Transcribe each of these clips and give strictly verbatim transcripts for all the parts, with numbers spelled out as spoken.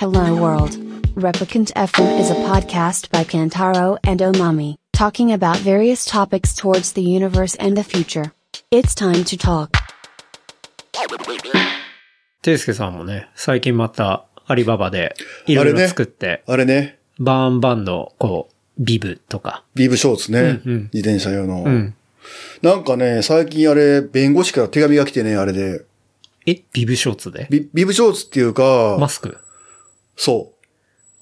Hello World. Replicant エフエム is a podcast by Kantaro and Omami, talking about various topics towards the universe and the future. It's time to talk. ていすけさんもね、最近またアリババでいろいろ作って、 あれね、あれねバーンバンのこう、ビブとか。 ビブショーツね、うんうん、自転車用の、うん。なんかね、最近あれ、弁護士から手紙が来てね、あれで。 えビブショーツでビ、ビブショーツっていうか、 マスクそう。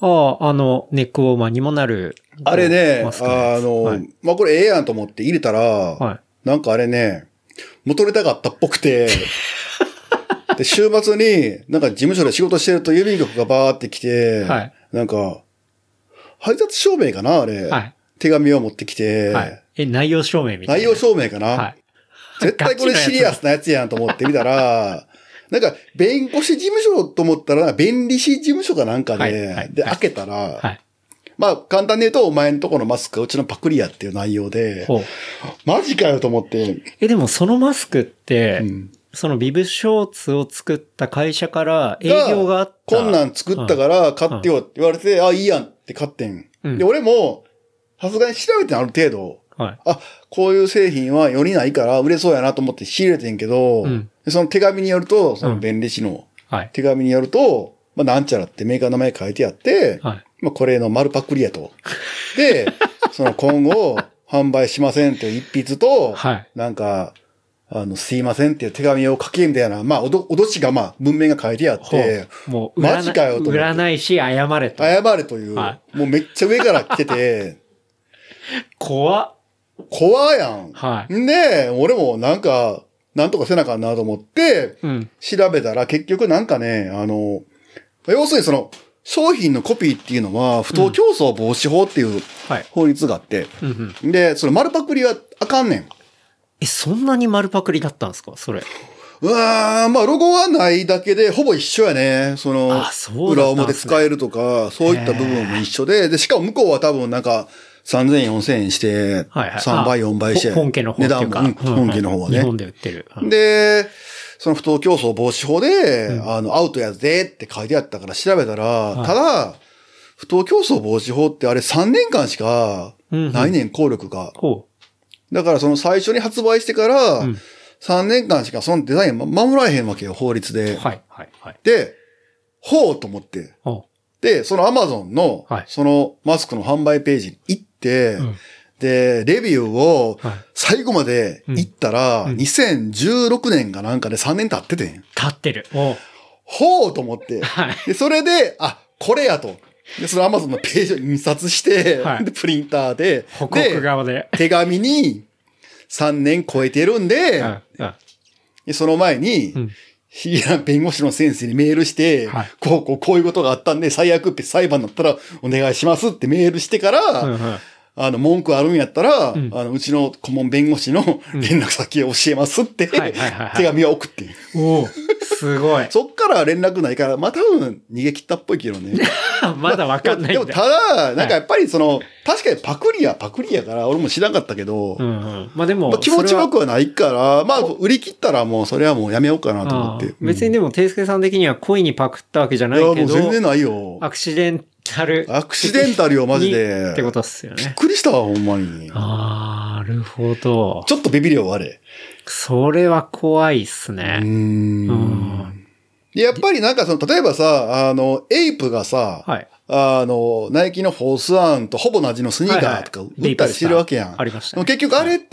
ああ、あの、ネックウォーマーにもなる。 あれね、あの、はい、まあ、これええやんと思って入れたら、はい、なんかあれね、元ネタがあったっぽくて、で、週末に、なんか事務所で仕事してると郵便局がバーって来て、はい、なんか、配達証明かなあれ、はい。手紙を持ってきて、はい、 え、内容証明みたいな。 内容証明かな、はい、絶対これシリアスなやつやんと思って見たら、なんか、弁護士事務所と思ったら、弁理士事務所かなんかで、はいはい、で、開けたら、はい、まあ、簡単に言うと、お前のとこのマスクはうちのパクリやっていう内容で、マジかよと思って。 え、でもそのマスクって、うん、そのビブショーツを作った会社から営業があった。 こんなん作ったから買ってよって言われて、うん、あ、いいやんって買ってん。うん、で、俺も、さすがに調べてある程度、はい、あ、こういう製品は世にないから売れそうやなと思って仕入れてんけど、うん、その手紙によると、その弁理士の手紙によると、うん、まあなんちゃらってメーカーの名前書いてあって、はい、まあこれの丸パクリやと。で、その今後販売しませんという一筆と、はい、なんか、あの、すいませんっていう手紙を書けみたいな、まあ、おど、脅しがまあ、文面が書いてあって、 もう、 マジかよと思って。 占い師謝れと。 謝れという、はい、もうめっちゃ上から来てて、 怖っ。 怖やん。はい。で、俺もなんか、なんとかせなあかんなと思って、うん、調べたら結局なんかね、あの、要するにその、商品のコピーっていうのは、不当競争防止法っていう法律があって、うんはい、で、その丸パクリはあかんねん。 え、そんなに丸パクリだったんですかそれ。 うわー、まあ、ロゴはないだけで、ほぼ一緒やね。その、あ、そうだったんですね、裏表使えるとか、そういった部分も一緒で、で、しかも向こうは多分なんか、さんぜん、よんせんえんして、さんばい、よんばいして、 本家の方っていうか、 値段も、うん、本家の方はね。 日本で売ってる。 うん、で、その不当競争防止法で、うん、あの、アウトやぜって書いてあったから調べたら、はい、ただ、不当競争防止法ってあれさんねんかんしかないねん、効力が。うんうん、だからその最初に発売してから、うん、さんねんかんしかそのデザイン守られへんわけよ、法律で。 はい、はい、はい。 で、ほうと思って。で、そのアマゾンの、はい、そのマスクの販売ページに行って、うん、で、レビューを最後まで行ったら、うん、にせんじゅうろくねんかなんかでさんねん経っててん。 経ってる。 ほうと思って。はい、で、それで、あ、これやと。で、そのアマゾンのページを印刷して、はい、で、プリンターで、 報告側で。 手紙にさんねん超えてるんで、うんうん、でその前に、うんいや、弁護士の先生にメールして、はい、こうこうこういうことがあったんで、最悪って裁判になったらお願いしますってメールしてから、うんうん、あの、文句あるんやったら、うん、あの、うちの顧問弁護士の連絡先を教えますって、うん、手紙を送って。 おすごい。 そっから連絡ないから、まあ、多分逃げ切ったっぽいけどね。 まだわかんないんだ。 でも、ただ、なんかやっぱりその、はい、確かにパクリや、パクリやから、俺も知らなかったけど、 うんうん、まあでも、まあ、 気持ちよくはないから、まあ、売り切ったらもう、それはもうやめようかなと思って。 別にでも、ていすけさん的には故意にパクったわけじゃないけど、いや、もう全然ないよ。 アクシデンタル。 アクシデンタルよ、マジで。 ってことっすよね。 びっくりしたわ、ほんまに。 あー、なるほど。 ちょっとビビりよ、あれ。 それは怖いっすね。うーん。 うんやっぱりなんかその、例えばさ、あの、エイプがさ、はい、あの、ナイキのフォースワンとほぼ同じのスニーカーとか売ったりしてるわけやん。はいはい、 ありましたね。 結局あれって、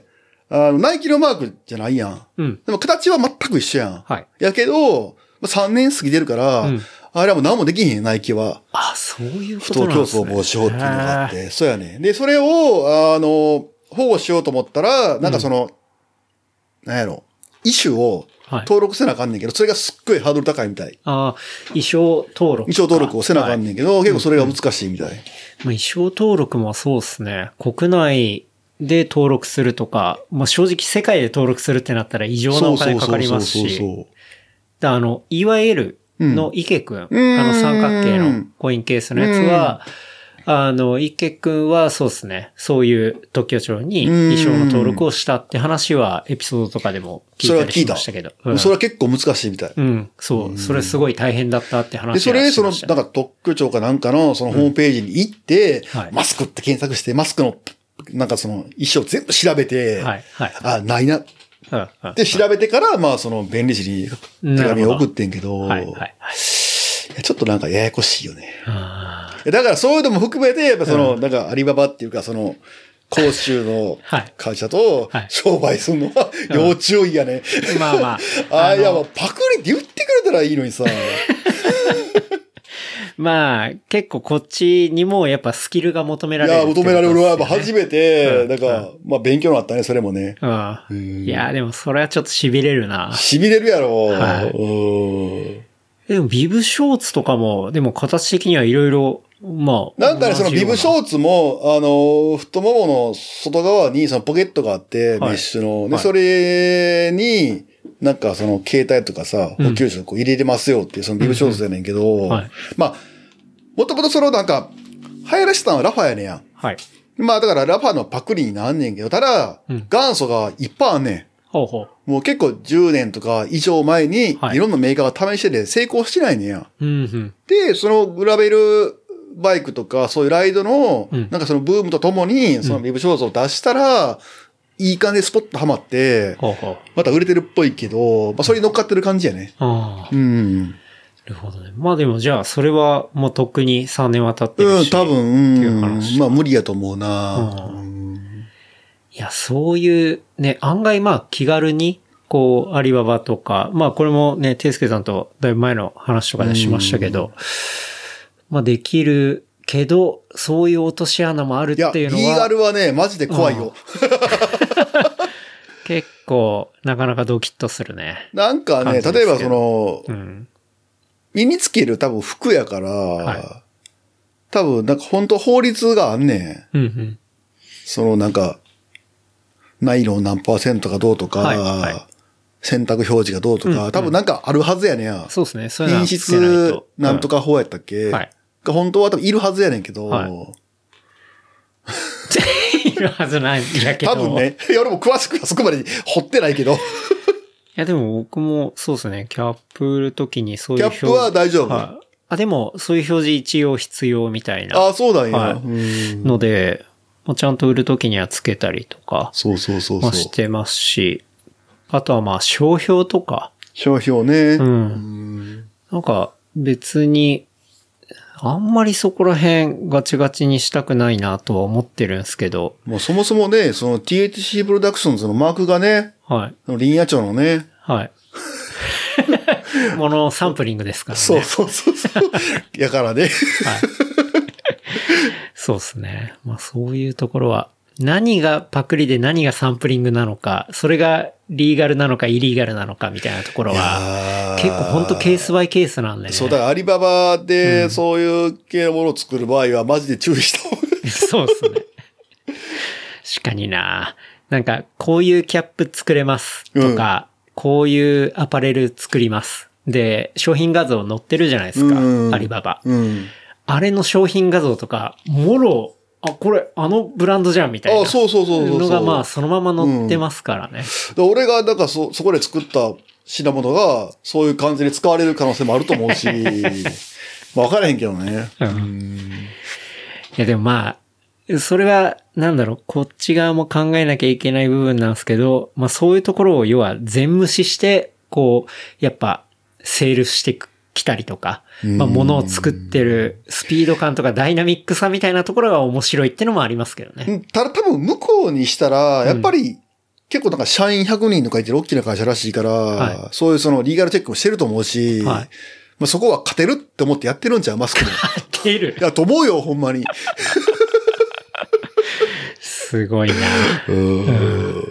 はい、あの、ナイキのマークじゃないやん。うん。でも形は全く一緒やん。はい。やけど、さんねん過ぎてるから、うん、あれはもう何もできへん、ナイキは。 あ、そういうことなんですね。 不当競争防止法っていうのがあって、そうやね。で、それを、あの、保護しようと思ったら、なんかその、うん、なんやろ、イシュを、登録せなあかんねんけど、それがすっごいハードル高いみたい。 ああ、意思登録。 意思登録をせなあかんねんけど、はい、結構それが難しいみたい。うんうん、 まあ、意思登録もそうですね。国内で登録するとか、まあ正直世界で登録するってなったら異常なお金かかりますし。だあの、イーワイエル の池くん、うん、あの三角形のコインケースのやつは、 あの、池くんはそうですね。そういう特許庁に衣装の登録をしたって話はエピソードとかでも聞いたりしましたけど。 それは聞いた。うん、それは結構難しいみたい。 うん。そう。それすごい大変だったって話はしました、ね。で、それ、その、なんか特許庁かなんかのそのホームページに行って、うんはい、マスクって検索して、マスクの、なんかその衣装全部調べて、はい。はい。あ、ないな。で、調べてから、まあ、その、弁理士に手紙を送ってんけど、はい、はい、はい。ちょっとなんかややこしいよね。だからそういうのも含めて、やっぱその、うん、なんかアリババっていうか、その、広州の会社と商売するのは要注意やね。 うん、まあまあ。 ああ、いや、パクリって言ってくれたらいいのにさ。 まあ、結構こっちにもやっぱスキルが求められる、ね。いや、 求められる。俺はやっぱ初めて、なんか、まあ勉強になったね、それもね。 うん。いや、でもそれはちょっと痺れるな。 痺れるやろ。はい。 うん。でもビブショーツとかも、でも形的にはいろいろ、まあ。 なんかね、そのビブショーツも、あの、太ももの外側にそのポケットがあって、メッシュの。で、それに、なんかその携帯とかさ、補給車をこう入れてますよっていう、そのビブショーツやねんけど、はい、まあ、もともとそのなんか、流行らしたのはラファやねんや。はい。まあだからラファのパクリになんねんけど、ただ、うん、元祖がいっぱいあんねん。ほうほう。もう結構じゅうねんとか以上前に、いろんなメーカーが試してて成功してないねんや。うんうん、で、そのグラベルバイクとか、そういうライドの、うん、なんかそのブームとともに、そのビブショーツを出したら、うんいい感じでスポッとハマって、ほうほうまた売れてるっぽいけど、まあそれに乗っかってる感じやね。あうん。 なるほどね。まあでもじゃあそれはもうとっくにさんねん渡ってるし。 うん、多分、うん、まあ無理やと思うな、うん、 いや、そういうね、案外まあ気軽に、こう、アリババとか、まあこれもね、テイスケさんとだいぶ前の話とかでしましたけど、まあできる、けど、そういう落とし穴もあるっていうのは。 いや、リーガルはね、マジで怖いよ。 結構、なかなかドキッとするね。 なんかね、例えばその、うん、身につける多分服やから、はい、多分なんか本当法律があんねん。うんうん、そのなんか、ナイロン何パーセントかどうとか、はいはい、洗濯表示がどうとか、うんうん、多分なんかあるはずやねん。 そうですね。そういうの品質なんとか法やったっけ、うんはい本当は多分いるはずやねんけど。はい、 いるはずないんだけど。 多分ね。いや、俺も詳しくはそこまで掘ってないけど。いや、でも僕もそうですね。キャップ売るときにそういう表示。キャップは大丈夫、はい、 あ、でもそういう表示一応必要みたいな。 あ、そうなんや。はい、 うんので、ちゃんと売るときにはつけたりとか。 そうそうそうそう。 してますし。あとはまあ商標とか。 商標ね。うん。 うんなんか別に、あんまりそこら辺ガチガチにしたくないなとは思ってるんですけど。 もうそもそもね、その ティーエイチシー プロダクションズのマークがね、はい。林野庁のね。 はい。ものサンプリングですからね。 そうそうそうそう。やからね。はい。 そうですね。まあそういうところは、何がパクリで何がサンプリングなのか、それがリーガルなのかイリーガルなのかみたいなところは、結構本当ケースバイケースなんでね。 そう、だからアリババでそういう系のものを作る場合はマジで注意した方がいい。 そうですね。確かにな。なんか、こういうキャップ作れますとか、うん、こういうアパレル作ります。で、商品画像載ってるじゃないですか、うん、アリババ、うん。あれの商品画像とか、もろ、あ、これ、あのブランドじゃんみたいな。あ、 そうそうそうそう。 のがまあ、そのまま載ってますからね。 うん、俺が、なんかそ、そこで作った品物が、そういう感じで使われる可能性もあると思うし、まあ、わからへんけどね。うん。 いや、でもまあ、それは、なんだろう、こっち側も考えなきゃいけない部分なんですけど、まあそういうところを要は全無視して、こう、やっぱ、セールしていく。来たりとか、まあ、物を作ってるスピード感とかダイナミックさみたいなところが面白いってのもありますけどね。 ただ多分向こうにしたら、やっぱり結構なんか社員ひゃくにんとかいてる大きな会社らしいから、はい、そういうそのリーガルチェックもしてると思うし、はい、まあ、そこは勝てるって思ってやってるんちゃうマスクで。 勝てるいや、と思うよ、ほんまに。 すごいな。うん。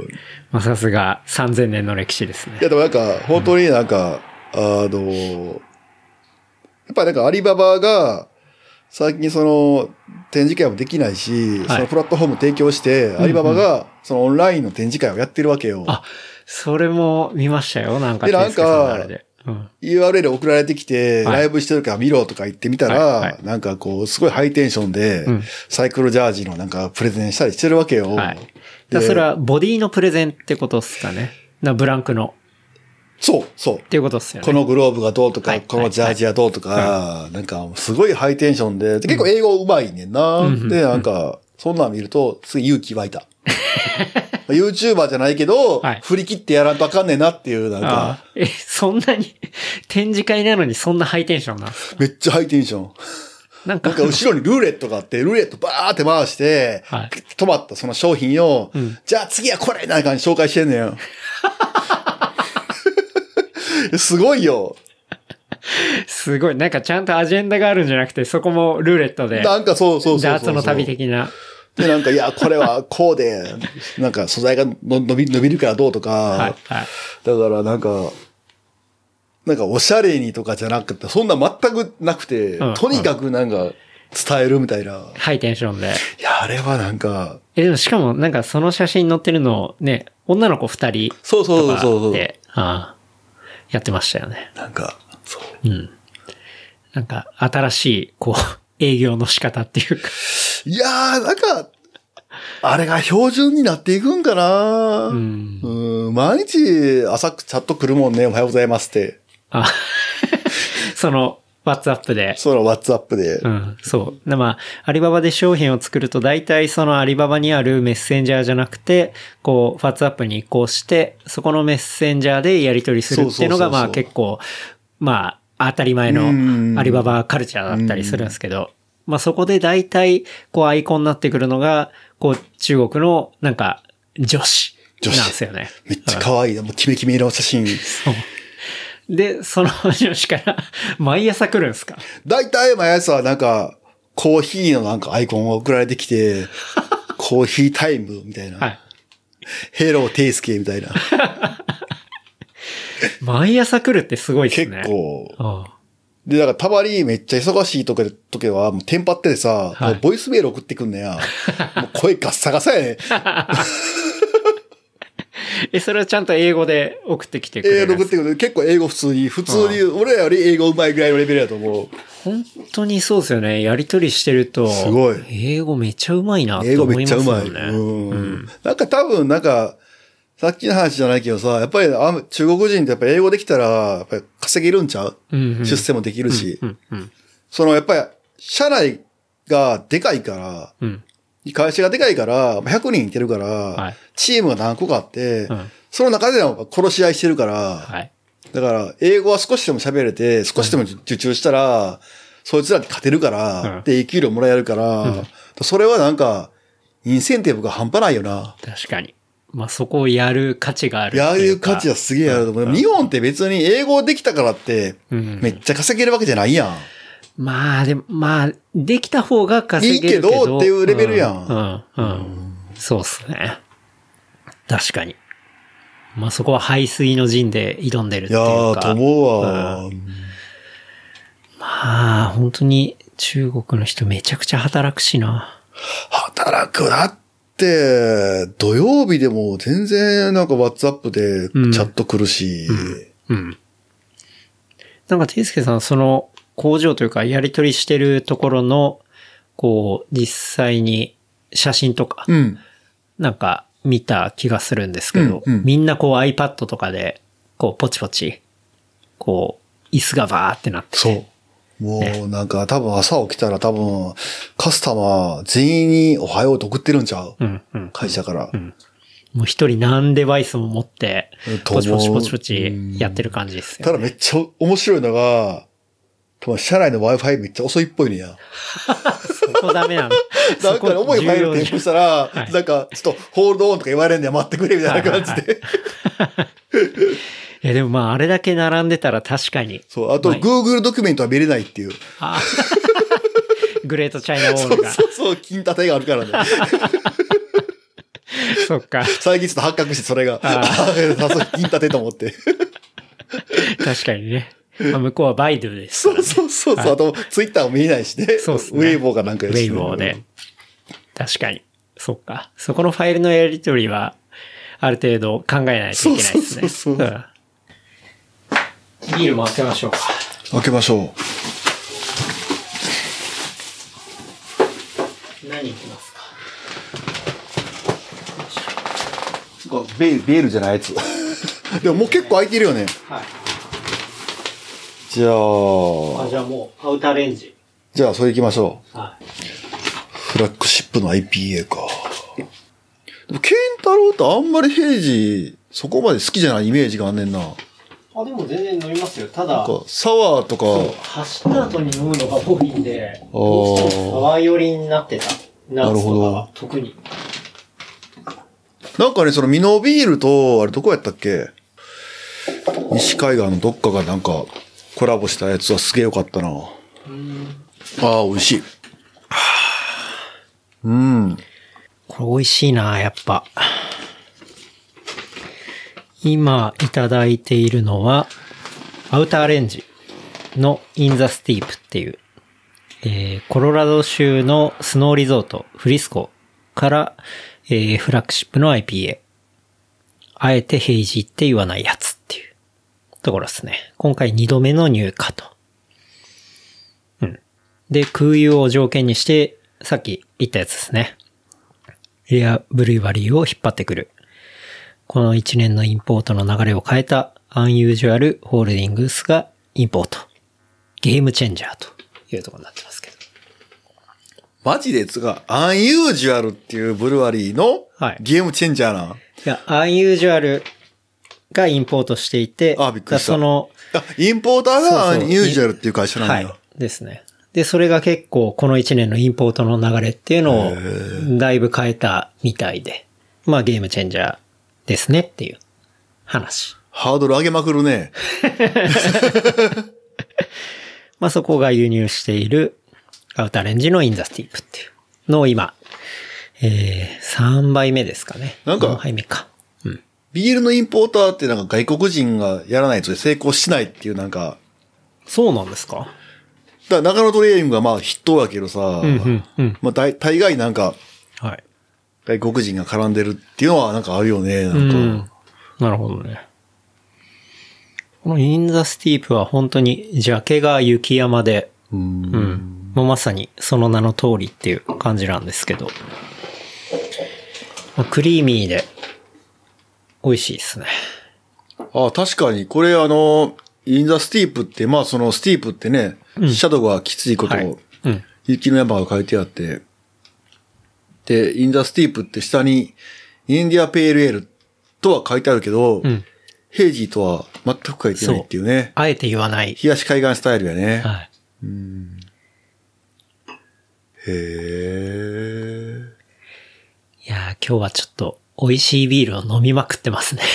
まあ、さすがさんぜんねんの歴史ですね。 いや、でもなんか、本当になんか、うん、あの、やっぱりなんかアリババが最近その展示会もできないし、はい、そのプラットフォーム提供して、アリババがそのオンラインの展示会をやってるわけよ。 あ、それも見ましたよ、なんか。で、なんか、 うん、 ユーアールエル 送られてきて、 はい、 ライブしてるから見ろとか言ってみたら、はいはい、なんかこう、すごいハイテンションで、うん、サイクルジャージのなんかプレゼンしたりしてるわけよ。 はい。だそれはボディのプレゼンってことっすかね。なブランクの。 そう、そう。 っていうことっすよね。 このグローブがどうとか、はい、このジャージはどうとか、はい、なんかすごいハイテンションで、で結構英語上手いねんな。うん、で、なんか、そんなん見ると、すごい勇気湧いた。YouTuber じゃないけど、はい、振り切ってやらんとあかんねんなっていう、なんか。 ああえ、そんなに、展示会なのにそんなハイテンションなんですか？ めっちゃハイテンション。なんか、なんか後ろにルーレットがあって、ルーレットバーって回して、はい、止まったその商品を、うん、じゃあ次はこれなんかに紹介してんねん。すごいよ。 すごい。なんかちゃんとアジェンダがあるんじゃなくて、そこもルーレットで。 なんかそうそうそうそう。 ダーツの旅的な。 で、なんか、いや、これはこうで、なんか素材が伸び、伸びるからどうとか。はいはい、だからなんか、なんかおしゃれにとかじゃなくて、そんな全くなくて、うん、とにかくなんか伝えるみたいな。 ハイテンションで。 いや、あれはなんか。 え、でもしかもなんかその写真載ってるのね、女の子二人とかで。 そうそうそうそう。 で、ああ、やってましたよね。 なんか、そう。 うん。なんか新しい、こう、営業の仕方っていうか。 いやー、なんか、あれが標準になっていくんかな、うん、うん。毎日朝チャット来るもんね、おはようございますって。 あその、WhatsApp で。 その WhatsApp で。 うん、そう。まあ、アリババで商品を作ると大体そのアリババにあるメッセンジャーじゃなくて、こう、WhatsApp に移行して、そこのメッセンジャーでやり取りするっていうのが、まあ結構、まあ、当たり前のアリババカルチャーだったりするんですけど、まあそこで大体、こうアイコンになってくるのが、こう中国のなんか女子なんですよね。 めっちゃ可愛いな。もうキメキメの写真。 そう。で、その女子から毎朝来るんですか？ 大体毎朝なんかコーヒーのなんかアイコンが送られてきて、コーヒータイムみたいな。はい。ヘローテイスケみたいな。 毎朝来るってすごいですね。 結構。ああで、だからたまにめっちゃ忙しい時時は、もうテンパっててさ、はい、もうボイスメール送ってくんねや。もう声ガッサガサやね。 え、それはちゃんと英語で送ってきてくれる？ 英語で送ってくれる。結構英語普通に、普通に、俺らより英語上手いぐらいのレベルやと思う。 本当にそうですよね。やりとりしてると。 すごい。 英語めっちゃ上手いなって思いますよね。英語めっちゃ上手い。うん。うん、 なんか多分、なんか、さっきの話じゃないけどさ、やっぱりあ中国人ってやっぱり英語できたら、やっぱり稼げるんちゃう、うんうん、出世もできるし、うんうんうん。そのやっぱり、社内がでかいから、うん、会社がでかいから、ひゃくにんいてるから、はい、チームが何個かあって、うん、その中では殺し合いしてるから、はい、だから、英語は少しでも喋れて、少しでも受注したら、うん、そいつらに勝てるから、うん、で、給料もらえるから、うん、それはなんか、インセンティブが半端ないよな。 確かに。まあ、そこをやる価値がある。 やる価値はすげえあると思う。うん、日本って別に英語できたからって、めっちゃ稼げるわけじゃないやん。 うん、まあ、でも、まあ、できた方が稼げるけど。いいけどっていうレベルやん。 うん、うん、うん。そうっすね。確かに。まあ、そこは排水の陣で挑んでるっていうか。いやー、と思うわ、うん。まあ、本当に中国の人めちゃくちゃ働くしな。 働くなって。で、土曜日でも全然なんか WhatsApp でチャット来るし。うん。うんうん、 なんか、ていすけさん、その工場というかやり取りしてるところの、こう、実際に写真とか、うん、なんか見た気がするんですけど、うんうん、みんなこう iPad とかで、こう、ポチポチ、こう、椅子がバーってなってて。 そう。もうなんか多分朝起きたら多分カスタマー全員におはようと送ってるんちゃう、うんうん、会社から。うん、 もう一人何デバイスも持ってポチポチポチポチやってる感じですよ、ね。 ただめっちゃ面白いのが、多分社内の Wi-Fi めっちゃ遅いっぽいねや。 そこダメなの。 なんか重いファイル添付したら、はい、なんかちょっとホールドオンとか言われるんで待ってくれみたいな感じで。 いやでもまああれだけ並んでたら確かに。 そう、あと Google ドキュメントは見れないっていう。あグレートチャイナウォールが。 そうそうそう、金立があるからね。 そっか。 最近ちょっと発覚してそれが、ああ、さすが金立と思って。 確かにね。まあ、向こうはバイドゥですから、 ね。そうそうそうそう、はい、あとツイッターも見えないしね。そうですね。ウェイボーかなんかやし、 ね。ウェイボーで。確かに。そっか。そこのファイルのやり取りは、ある程度考えないといけないですね。そうそうそうそう。うんビールも開けましょうか。 開けましょう。 何いきますか。 ベール、ベールじゃないやつ。でももう結構開いてるよね。 はい。 じゃあ。 あ、じゃあもう、アウターレンジ。 じゃあ、それ行きましょう。 はい。 フラッグシップの アイピーエー か。でも、ケンタロウってあんまりヘイジ、そこまで好きじゃないイメージがあんねんな。 あ、でも全然飲みますよ。ただ、 なんかサワーとか。 走った後に飲むのが多いんで、どうしてもサワー寄りになってた。 なるほど。 特に。 なんかね、そのミノビールと、あれどこやったっけ？西海岸のどっかがなんかコラボしたやつはすげえよかったな。うん。ああ、美味しい。うん。 これ美味しいな、やっぱ。今いただいているのは、アウターレンジのインザスティープっていう、えー、コロラド州のスノーリゾートフリスコから、えー、フラッグシップの アイピーエー。あえてヘイジって言わないやつっていうところですね。今回にどめの入荷と。うん。で、空輸を条件にして、さっき言ったやつですね。レアブルーバリーを引っ張ってくる。このいちねんのインポートの流れを変えたアンユージュアルホールディングスがインポート。ゲームチェンジャーというところになってますけど。 マジでつが、アンユージュアルっていうブルワリーのゲームチェンジャーな。はい、 いや、アンユージュアルがインポートしていて、 あ、びっくりした。 その、 あ、インポーターがアンユージュアルっていう会社なんだ。 はい。ですね。で、それが結構このいちねんのインポートの流れっていうのをだいぶ変えたみたいで、まあゲームチェンジャーですねっていう話。 ハードル上げまくるね。 まあそこが輸入しているアウターレンジのインザスティープっていうのを今、えー、さんばいめですかね。 なんか、 よんはいめか。うん。 ビールのインポーターってなんか外国人がやらないと成功しないっていうなんか。 そうなんですか？ だから中野トレーニングがまあ筆頭だけどさ、うんうんうん、まあ大大概なんか、はい。外国人が絡んでるっていうのはなんかあるよね、なんか。うん、 なるほどね。このインザスティープは本当にジャケが雪山で、うん、うん、もうまさにその名の通りっていう感じなんですけど、まあ、クリーミーで美味しいですね。 ああ、確かにこれあのインザスティープってまあそのスティープってね、うん、シャドウがきついことを、はいうん、雪の山が書いてあって、でインザスティープって下にインディアペールエールとは書いてあるけど。うんヘイジーとは全く書いてないっていうね。 あえて言わない。 東海岸スタイルやね。はい。うん、へー。 いやー、今日はちょっと美味しいビールを飲みまくってますね。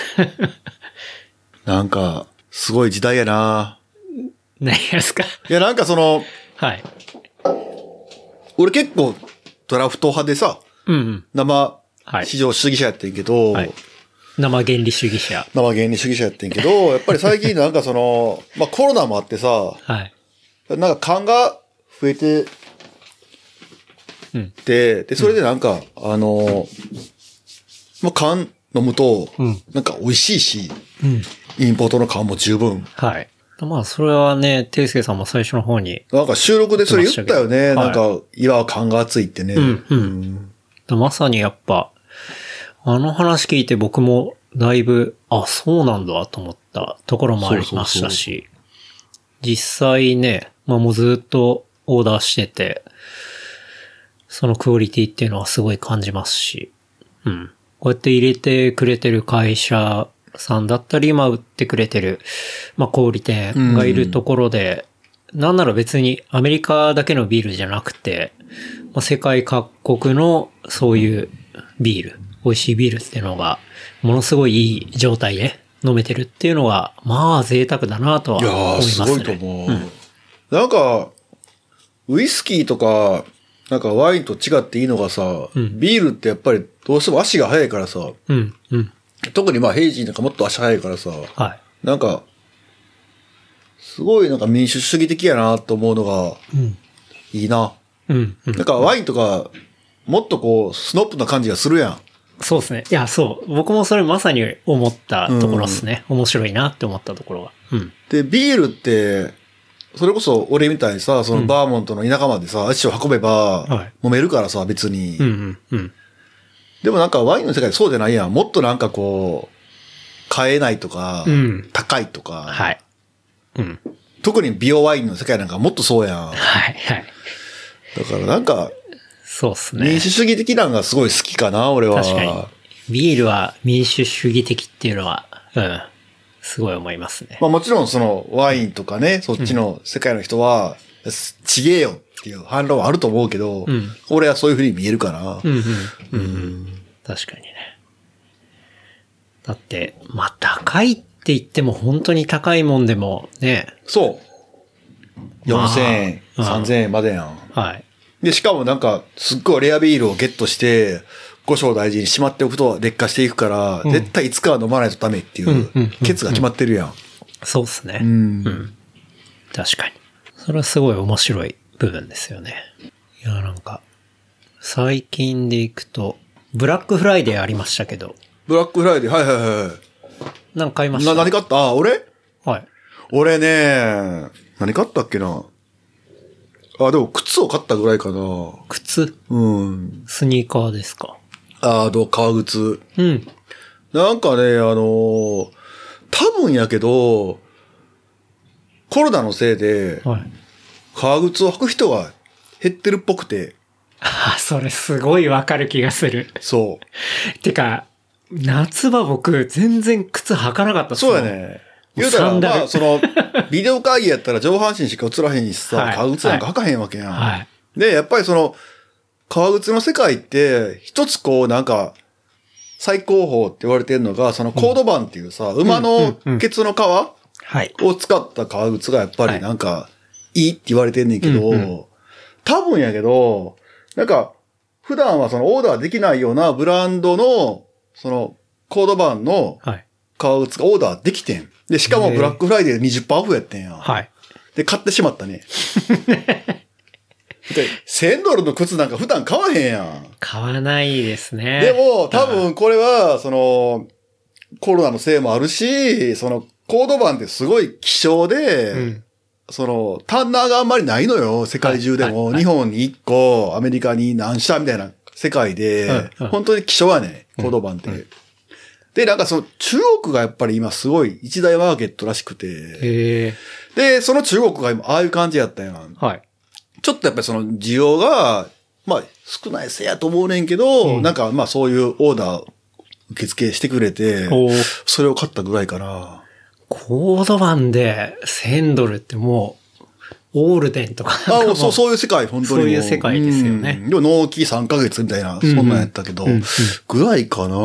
なんか、すごい時代やな。 何ですか？ いや、なんかその、はい。俺結構ドラフト派でさ、うんうん、生市場主義者やってんけど、はい生原理主義者。 生原理主義者やってんけど、やっぱり最近なんかその、まあコロナもあってさ、はい。なんか缶が増えて、うん。で、で、それでなんか、うん、あの、まあ缶飲むと、うん。なんか美味しいし、うん。インポートの缶も十分。 はい。まあそれはね、ていすけさんも最初の方に。 なんか収録でそれ言ったよね。はい、なんか、岩は缶が熱いってね。うん、うん。 うん。まさにやっぱ、あの話聞いて僕もだいぶ、あ、そうなんだと思ったところもありましたし、そうそうそう実際ね、まあもうずっとオーダーしてて、そのクオリティっていうのはすごい感じますし、うん。こうやって入れてくれてる会社さんだったり、まあ売ってくれてる、まあ小売店がいるところで、うん、なんなら別にアメリカだけのビールじゃなくて、まあ、世界各国のそういうビール、美味しいビールっていうのが、ものすごいいい状態で飲めてるっていうのが、まあ贅沢だなとは思いますね。いやー、すごいと思う。うん、 なんか、ウイスキーとか、なんかワインと違っていいのがさ、うん、ビールってやっぱりどうしても足が速いからさ、うんうん、特にまあヘイジーなんかもっと足速いからさ、はい、なんか、すごいなんか民主主義的やなと思うのが、いいな。うんうん、なんかワインとか、もっとこう、スノップな感じがするやん。 そうですね。いや、そう。僕もそれまさに思ったところですね。うん、面白いなって思ったところは。 うん。 で、ビールって、それこそ俺みたいにさ、そのバーモントの田舎までさ、足を運べば、飲めるからさ、別に。 うんうんうん。 でもなんかワインの世界そうじゃないやん。もっとなんかこう、買えないとか、うん、高いとか。 はい。うん。 特に美容ワインの世界なんかもっとそうやん。 はいはい。 だからなんか、 そうっすね。 民主主義的なのがすごい好きかな、俺は。 確かに。ビールは民主主義的っていうのは、うん。すごい思いますね。 まあもちろんそのワインとかね、そっちの世界の人は、うん、ちげえよっていう反論はあると思うけど、うん、俺はそういう風に見えるから。 うんうんうんうん、確かにね。だって、まあ高いって言っても本当に高いもんでもね。 そう。よんせんえん、まあ、さんぜんえんまでやん。 はい。で、 しかもなんか、すっごいレアビールをゲットして、五章大事にしまっておくと劣化していくから、うん、絶対いつかは飲まないとダメっていう、ケツが決まってるやん。 そうっすね。 うん。うん。 確かに。それはすごい面白い部分ですよね。いや、なんか、最近でいくと、ブラックフライデーありましたけど。 ブラックフライデー、はいはいはい。 なんか買いました？ な、何買った？あ、俺？ はい。 俺ね、何買ったっけな。あ、でも靴を買ったぐらいかな。 靴？ うん。 スニーカーですか？ あ、どう、革靴。 うん。 なんかね、あのー、多分やけど、コロナのせいで、はい、革靴を履く人が減ってるっぽくて。 あ、それすごいわかる気がする。 そう。 てか、夏場僕全然靴履かなかったっすもん。そうやね。言うたら、まあ、その、ビデオ会議やったら上半身しか映らへんしさ、はい、革靴なんか履かへんわけやん。はい。で、やっぱりその、革靴の世界って、一つこう、なんか、最高峰って言われてるのが、そのコードバンっていうさ、うん、馬のケツの皮を使った革靴がやっぱりなんか、いいって言われてんねんけど、うんうん、多分やけど、なんか、普段はそのオーダーできないようなブランドの、その、コードバンの革靴がオーダーできてん。で、しかもブラックフライデーで にじゅっパーセント オフやってんや。 はい。 で、買ってしまったね。で、せんドルの靴なんか普段買わへんやん。 買わないですね。 でも、多分これは、その、コロナのせいもあるし、その、コードバンってすごい希少で、うん、その、タンナーがあんまりないのよ、世界中でも。はいはいはい、日本にいっこ、アメリカに何社みたいな世界で、はいはい、本当に希少やね、コードバンって。うんうん、で、なんかその、中国がやっぱり今すごい一大マーケットらしくて、 へで、その中国が今、ああいう感じやったやん。 はい。 ちょっとやっぱりその需要が、まあ少ないせやと思うねんけど、うん、なんかまあそういうオーダー受付してくれて、それを買ったぐらいかな。 コードバンでせんドルってもう、オールデンとかなんかあそう、そういう世界、本当に。 そういう世界ですよね。 うん、でも納期さんかげつみたいな、そんなんやったけど、うんうん、ぐらいかな。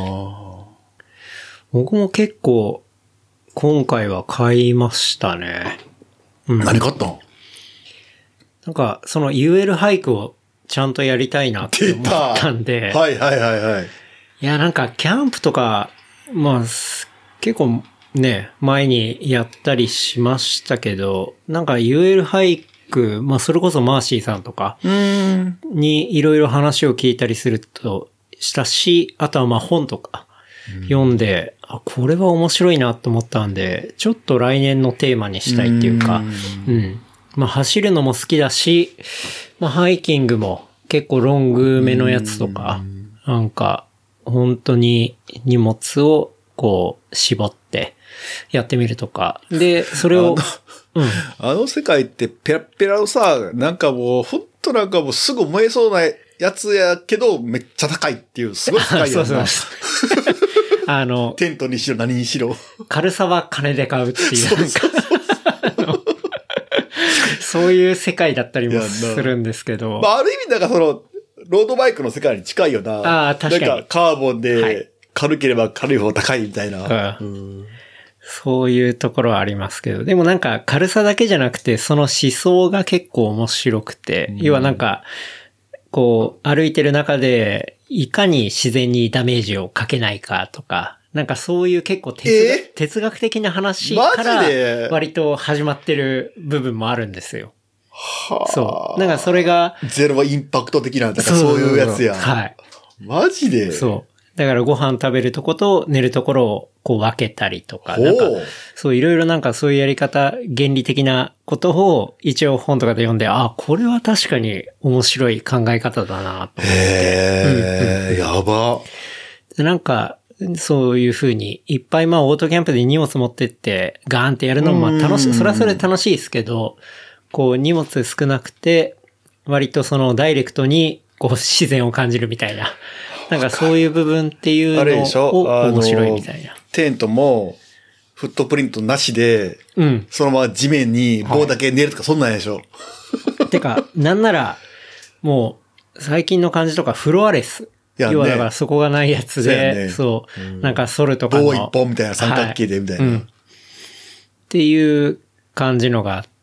僕も結構、今回は買いましたね。 うん、何買ったの？ なんか、その ユーエル 俳句をちゃんとやりたいなって思ったんで。 はいはいはいはい。 いや、なんか、キャンプとか、まあ、結構ね、前にやったりしましたけど、なんか ユーエル 俳句、まあ、それこそマーシーさんとかにいろいろ話を聞いたりするとしたし、あとはまあ本とか読んで、あ、これは面白いなと思ったんで、ちょっと来年のテーマにしたいっていうか、うん。まあ走るのも好きだし、まあハイキングも結構ロングめのやつとか、なんか本当に荷物をこう絞ってやってみるとか。で、それを、 あの、うん、あの世界ってペラペラのさ、なんかもう本当なんかもうすぐ燃えそうなやつやけどめっちゃ高いっていうすごい高いやつな。 そうそうそうあの、 テントにしろ何にしろ。 軽さは金で買うっていうなんか。そういう世界だったりもするんですけど。 まあ、ある意味、なんかその、ロードバイクの世界に近いよな。 ああ、確かに。 なんか、カーボンで、軽ければ軽い方高いみたいな、 はいうん。そういうところはありますけど。でもなんか、軽さだけじゃなくて、その思想が結構面白くて。うん、要はなんか、こう、歩いてる中で、いかに自然にダメージをかけないかとか、なんかそういう結構哲学、えー、哲学的な話から割と始まってる部分もあるんですよ。 はあ。 そう。なんかそれが。 ゼロはインパクト的な、だからそういうやつやん。 はい。 マジでそだからご飯食べるとこと寝るところをこう分けたりとか、なんか、そういろいろなんかそういうやり方、原理的なことを一応本とかで読んで、あ、これは確かに面白い考え方だなと思って。 へー、うんうん、やば。 なんか、そういう風に、いっぱいまあオートキャンプで荷物持ってって、ガーンってやるのもまあ楽しい、それはそれで楽しいですけど、こう荷物少なくて、割とそのダイレクトにこう自然を感じるみたいな。なんかそういう部分っていうのを面白いみたいな。 テントもフットプリントなしで、 うん、 そのまま地面に棒だけ寝るとかそんなんでしょ。 はい、てか、なんなら、もう最近の感じとかフロアレス。ね、要はだからそこがないやつで、ね、そう、うん、なんかソルとかの。 棒一本みたいな三角形でみたいな、はいうん。 っていう感じのがあって、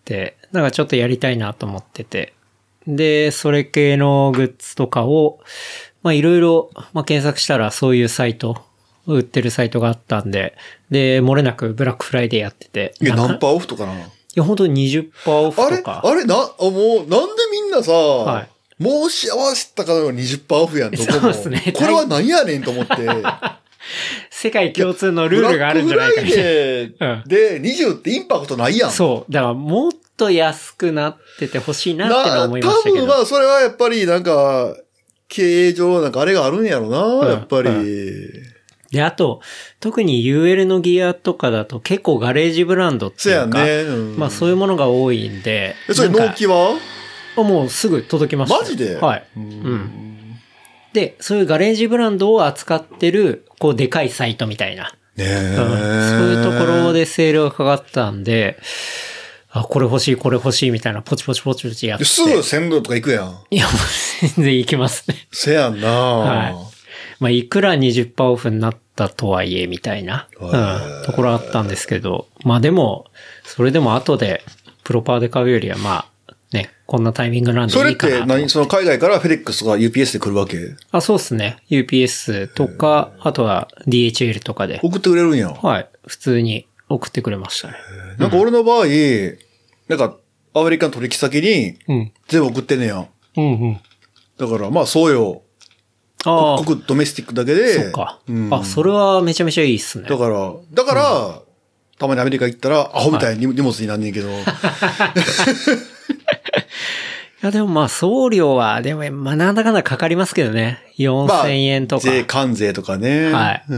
なんかちょっとやりたいなと思ってて。で、それ系のグッズとかを、まあいろいろ、まあ検索したらそういうサイト、売ってるサイトがあったんで、で、漏れなくブラックフライデーやってて。 いや、何パーオフとかな？いや、本当に にじゅっパーセント オフとか。 あれあれな、もう、なんでみんなさ、はい、申し合わせたから にじゅっパーセント オフやん、どこも。 そうですね。 これは何やねんと思って。 世界共通のルールがあるんじゃないかみたいな。 ブラックフライデーでにじゅうってインパクトないやん。 そう。だからもっと安くなっててほしいなってのは思いましたけど。 多分まあそれはやっぱりなんか、経営上なんかあれがあるんやろな、うん、やっぱり、うん。 で、あと、特に ユーエル のギアとかだと結構ガレージブランドっていうか、 そうやね、うん、 まあそういうものが多いんで。 え、それ納期は？ もうすぐ届きました。 マジで？ はい。うん。で、そういうガレージブランドを扱ってる、こうでかいサイトみたいな。 ねえ、 うん。そういうところでセールがかかったんで、あ、これ欲しい、これ欲しいみたいなポチポチポチポチやって。 すぐせんドルとか行くやん。 いや、もう全然行きますね。 せやんな、 はい。まあ、いくら にじゅっパーセント オフになったとはいえ、みたいな、うん、ところあったんですけど、まあでも、それでも後でプロパーで買うよりはまあ、ね、こんなタイミングなんでいいかなと。 それって何、その海外からフェデックスとか ユーピーエス で来るわけ？ あ、そうですね。ユーピーエス とか、あとは ディーエイチエル とかで。 送ってくれるんや。 はい。普通に送ってくれましたね。 なんか俺の場合、うん、なんかアメリカの取引先に全部送ってんねや。 うんうん。 だからまあそうよ。ああ。国ドメスティックだけで。 そうか、うん。あ、それはめちゃめちゃいいっすね。 だから、だから、うん、たまにアメリカ行ったら、アホみたいに荷物になんねんけど。はいいやでもまあ送料は、でもまあなんだかんだかかりますけどね。よんせんえんとか。 まあ、税関税とかね。 はい。うん。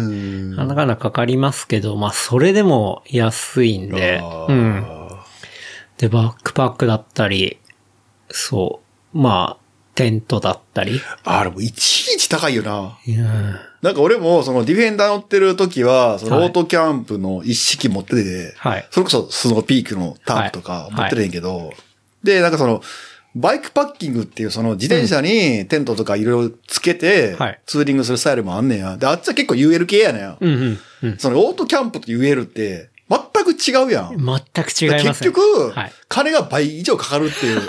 なんだかんだかかりますけど、まあそれでも安いんで。うん。で、バックパックだったり、そう。まあ、テントだったり。 あれもいちいち高いよな。いやなんか俺もそのディフェンダー乗ってる時は、そのオートキャンプの一式持ってて、はい。それこそスノーピークのタープとか持ってるんやけど、はいはい、で、なんかその、バイクパッキングっていうその自転車にテントとかいろいろつけて、ツーリングするスタイルもあんねんや。で、あっちは結構 ユーエル 系やねんや。うんうんうん、そのオートキャンプと ユーエル って全く違うやん。 全く違いますね。 結局、はい、金が倍以上かかるっていう。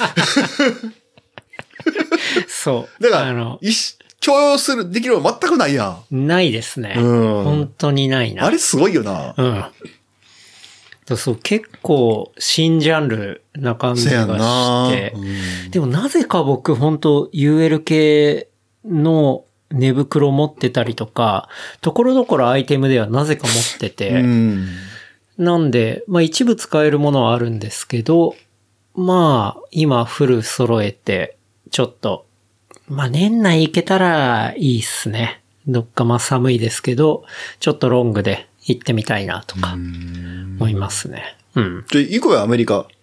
そう。 だから、あの、許容する、できるの全くないやん。ないですね。うん。本当にないな。 あれすごいよな。うん。 そう、結構新ジャンルな感じがして、うん、でもなぜか僕本当 ユーエル 系の寝袋持ってたりとか、ところどころアイテムではなぜか持ってて、うん、なんで、まあ一部使えるものはあるんですけど、まあ今フル揃えて、ちょっと、まあ年内行けたらいいっすね。どっかまあ寒いですけど、ちょっとロングで行ってみたいなとか思いますね。うん。 じゃあ行こうよ、アメリカ。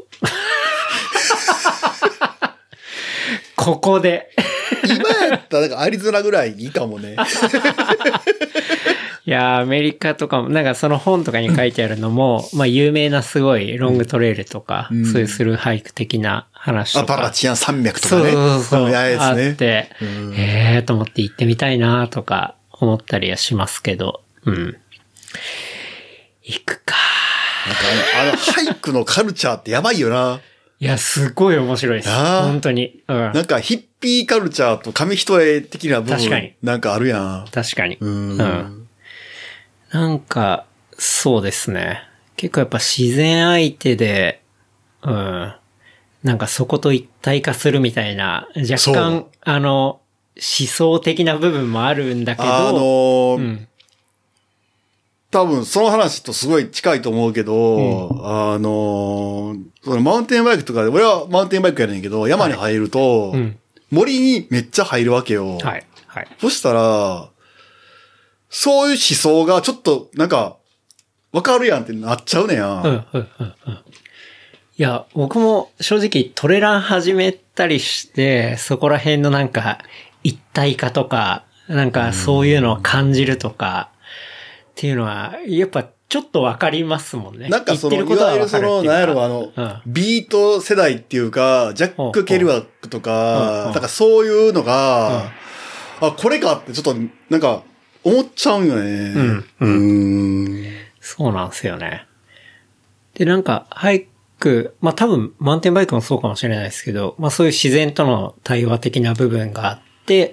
ここで。 今やったらなんかアリゾナぐらいいいかもね。 いや、アメリカとかも、なんかその本とかに書いてあるのも、まあ有名なすごいロングトレイルとか、うん、そういうスルーハイク的な話とか。 アパラチアン山脈とかね。 そうそうそう。 あって、うん、ええーと思って行ってみたいなとか思ったりはしますけど、うん。行くか。 なんかあの、あのハイクのカルチャーってやばいよな。 いや、すごい面白いです。本当に。うん。 なんかヒッピーカルチャーと紙一重的な部分。確かに。なんかあるやん。 確かに。うん。うん。なんか、そうですね。結構やっぱ自然相手で、うん。なんかそこと一体化するみたいな、若干、あの、 想的な部分もあるんだけど、 あのーうん、 多分その話とすごい近いと思うけど、うん、あのー、そのマウンテンバイクとかで、俺はマウンテンバイクやねんけど、山に入ると、はいうん、森にめっちゃ入るわけよ。 はい。はい。 そしたら、そういう思想がちょっと、なんか、わかるやんってなっちゃうねや。 うん、うん、うん、うん。いや、僕も正直トレラン始めたりして、そこら辺のなんか、一体化とか、なんかそういうのを感じるとか、っていうのは、やっぱちょっとわかりますもんね。 なんかその、いわゆるその、なんやろ、あの、うん、ビート世代っていうか、ジャック・ケルワックとか、なんかそういうのが、うん、あ、これかってちょっと、なんか、思っちゃうんよね。うん。 うん。そうなんですよね。で、なんか、ハイク、まあ多分、マウンテンバイクもそうかもしれないですけど、まあそういう自然との対話的な部分があって、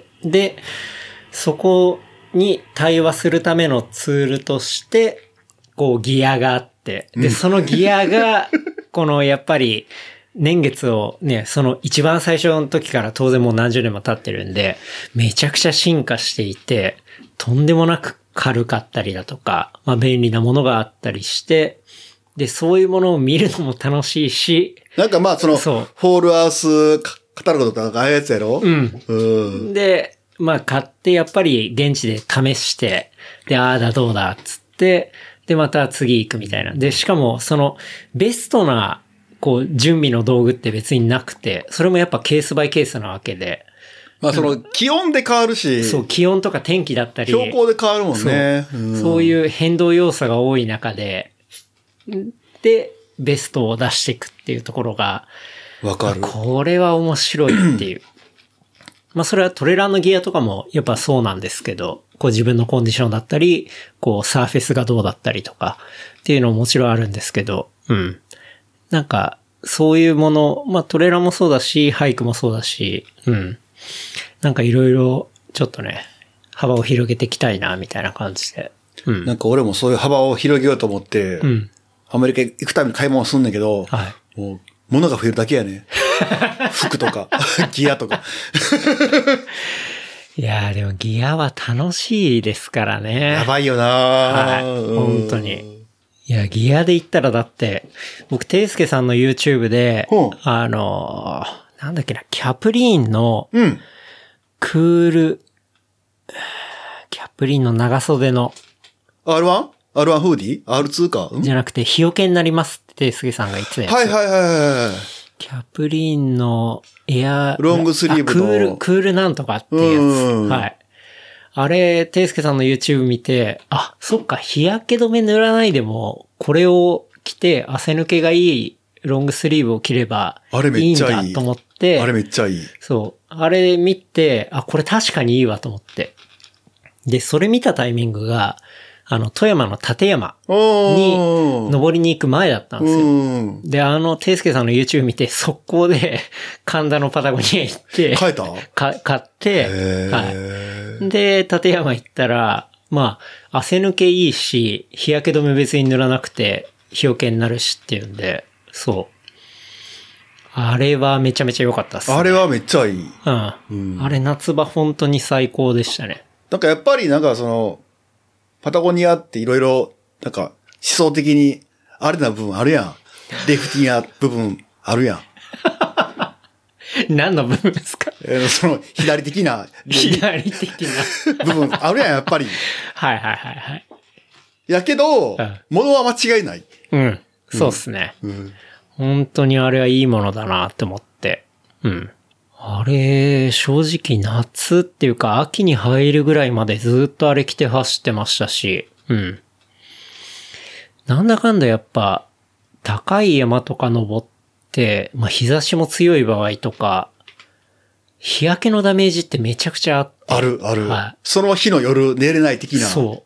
で、そこに対話するためのツールとして、こうギアがあって、で、そのギアが、このやっぱり、年月をね、その一番最初の時から当然もう何十年も経ってるんで、めちゃくちゃ進化していて、とんでもなく軽かったりだとか、まあ便利なものがあったりして、で、そういうものを見るのも楽しいし、 なんかまあその、そうフォールアースカタログとかああいうやつやろうん。うん。で、まあ買ってやっぱり現地で試して、で、ああだどうだっつって、で、また次行くみたいな。で、しかもそのベストなこう準備の道具って別になくて、それもやっぱケースバイケースなわけで、 まあその気温で変わるし、 そう、気温とか天気だったり、 標高で変わるもんね。 そう、うん、そういう変動要素が多い中で、で、ベストを出していくっていうところが、 わかる。 これは面白いっていう。まあそれはトレランのギアとかもやっぱそうなんですけど、こう自分のコンディションだったり、こうサーフェスがどうだったりとかっていうのももちろんあるんですけど、うん。なんか、そういうもの、まあトレランもそうだし、ハイクもそうだし、うん。なんかいろいろちょっとね、幅を広げていきたいな、みたいな感じで。 うん。なんか俺もそういう幅を広げようと思って、うん。アメリカ行くために買い物すんだけど、はい。もう、物が増えるだけやね。服とか、ギアとか。 いやーでもギアは楽しいですからね。 やばいよなー。はい。本当に。いや、ギアで言ったらだって、僕、ていすけさんの YouTube で、あのー、なんだっけな、キャプリーンの、うん。クール、キャプリーンの長袖の。 アールワン？アールワン フーディー？ アールツー か、 うん、じゃなくて、日よけになりますってていすけさんが言ってたやつ。 はいはいはいはい。 キャプリーンのエア、 ロングスリーブの。 クール、クールなんとかっていうやつ。はい。あれ、ていすけさんの YouTube 見て、あ、そっか、日焼け止め塗らないでも、これを着て汗抜けがいいロングスリーブを着ればいいんだと思って。 あれめっちゃいい。 そう。あれ見て、あ、これ確かにいいわと思って。で、それ見たタイミングが、あの、富山の立山に登りに行く前だったんですよ。で、あの、ていすけさんの YouTube 見て、速攻で神田のパタゴニア行って、 買えた？ か買って、はい。で、立山行ったら、まあ、汗抜けいいし、日焼け止め別に塗らなくて、日よけになるしっていうんで、そう。あれはめちゃめちゃ良かったっすね。 あれはめっちゃいい。 うん。うん、あれ夏場本当に最高でしたね。 なんかやっぱりなんかその、パタゴニアっていろいろ、なんか思想的にあれな部分あるやん。レフティーな部分あるやん。 何の部分ですか？ えー、その左的な。 左的な。 部分あるやん、やっぱり。 はいはいはいはい。 やけど、うん、物は間違いない。 うん。そうっすね。うん。本当にあれはいいものだなって思って。うん。あれ、正直夏っていうか秋に入るぐらいまでずっとあれ着て走ってましたし、うん。なんだかんだやっぱ、高い山とか登って、まあ日差しも強い場合とか、日焼けのダメージってめちゃくちゃあって。 ある、ある。はい。その日の夜寝れない的な。 そう。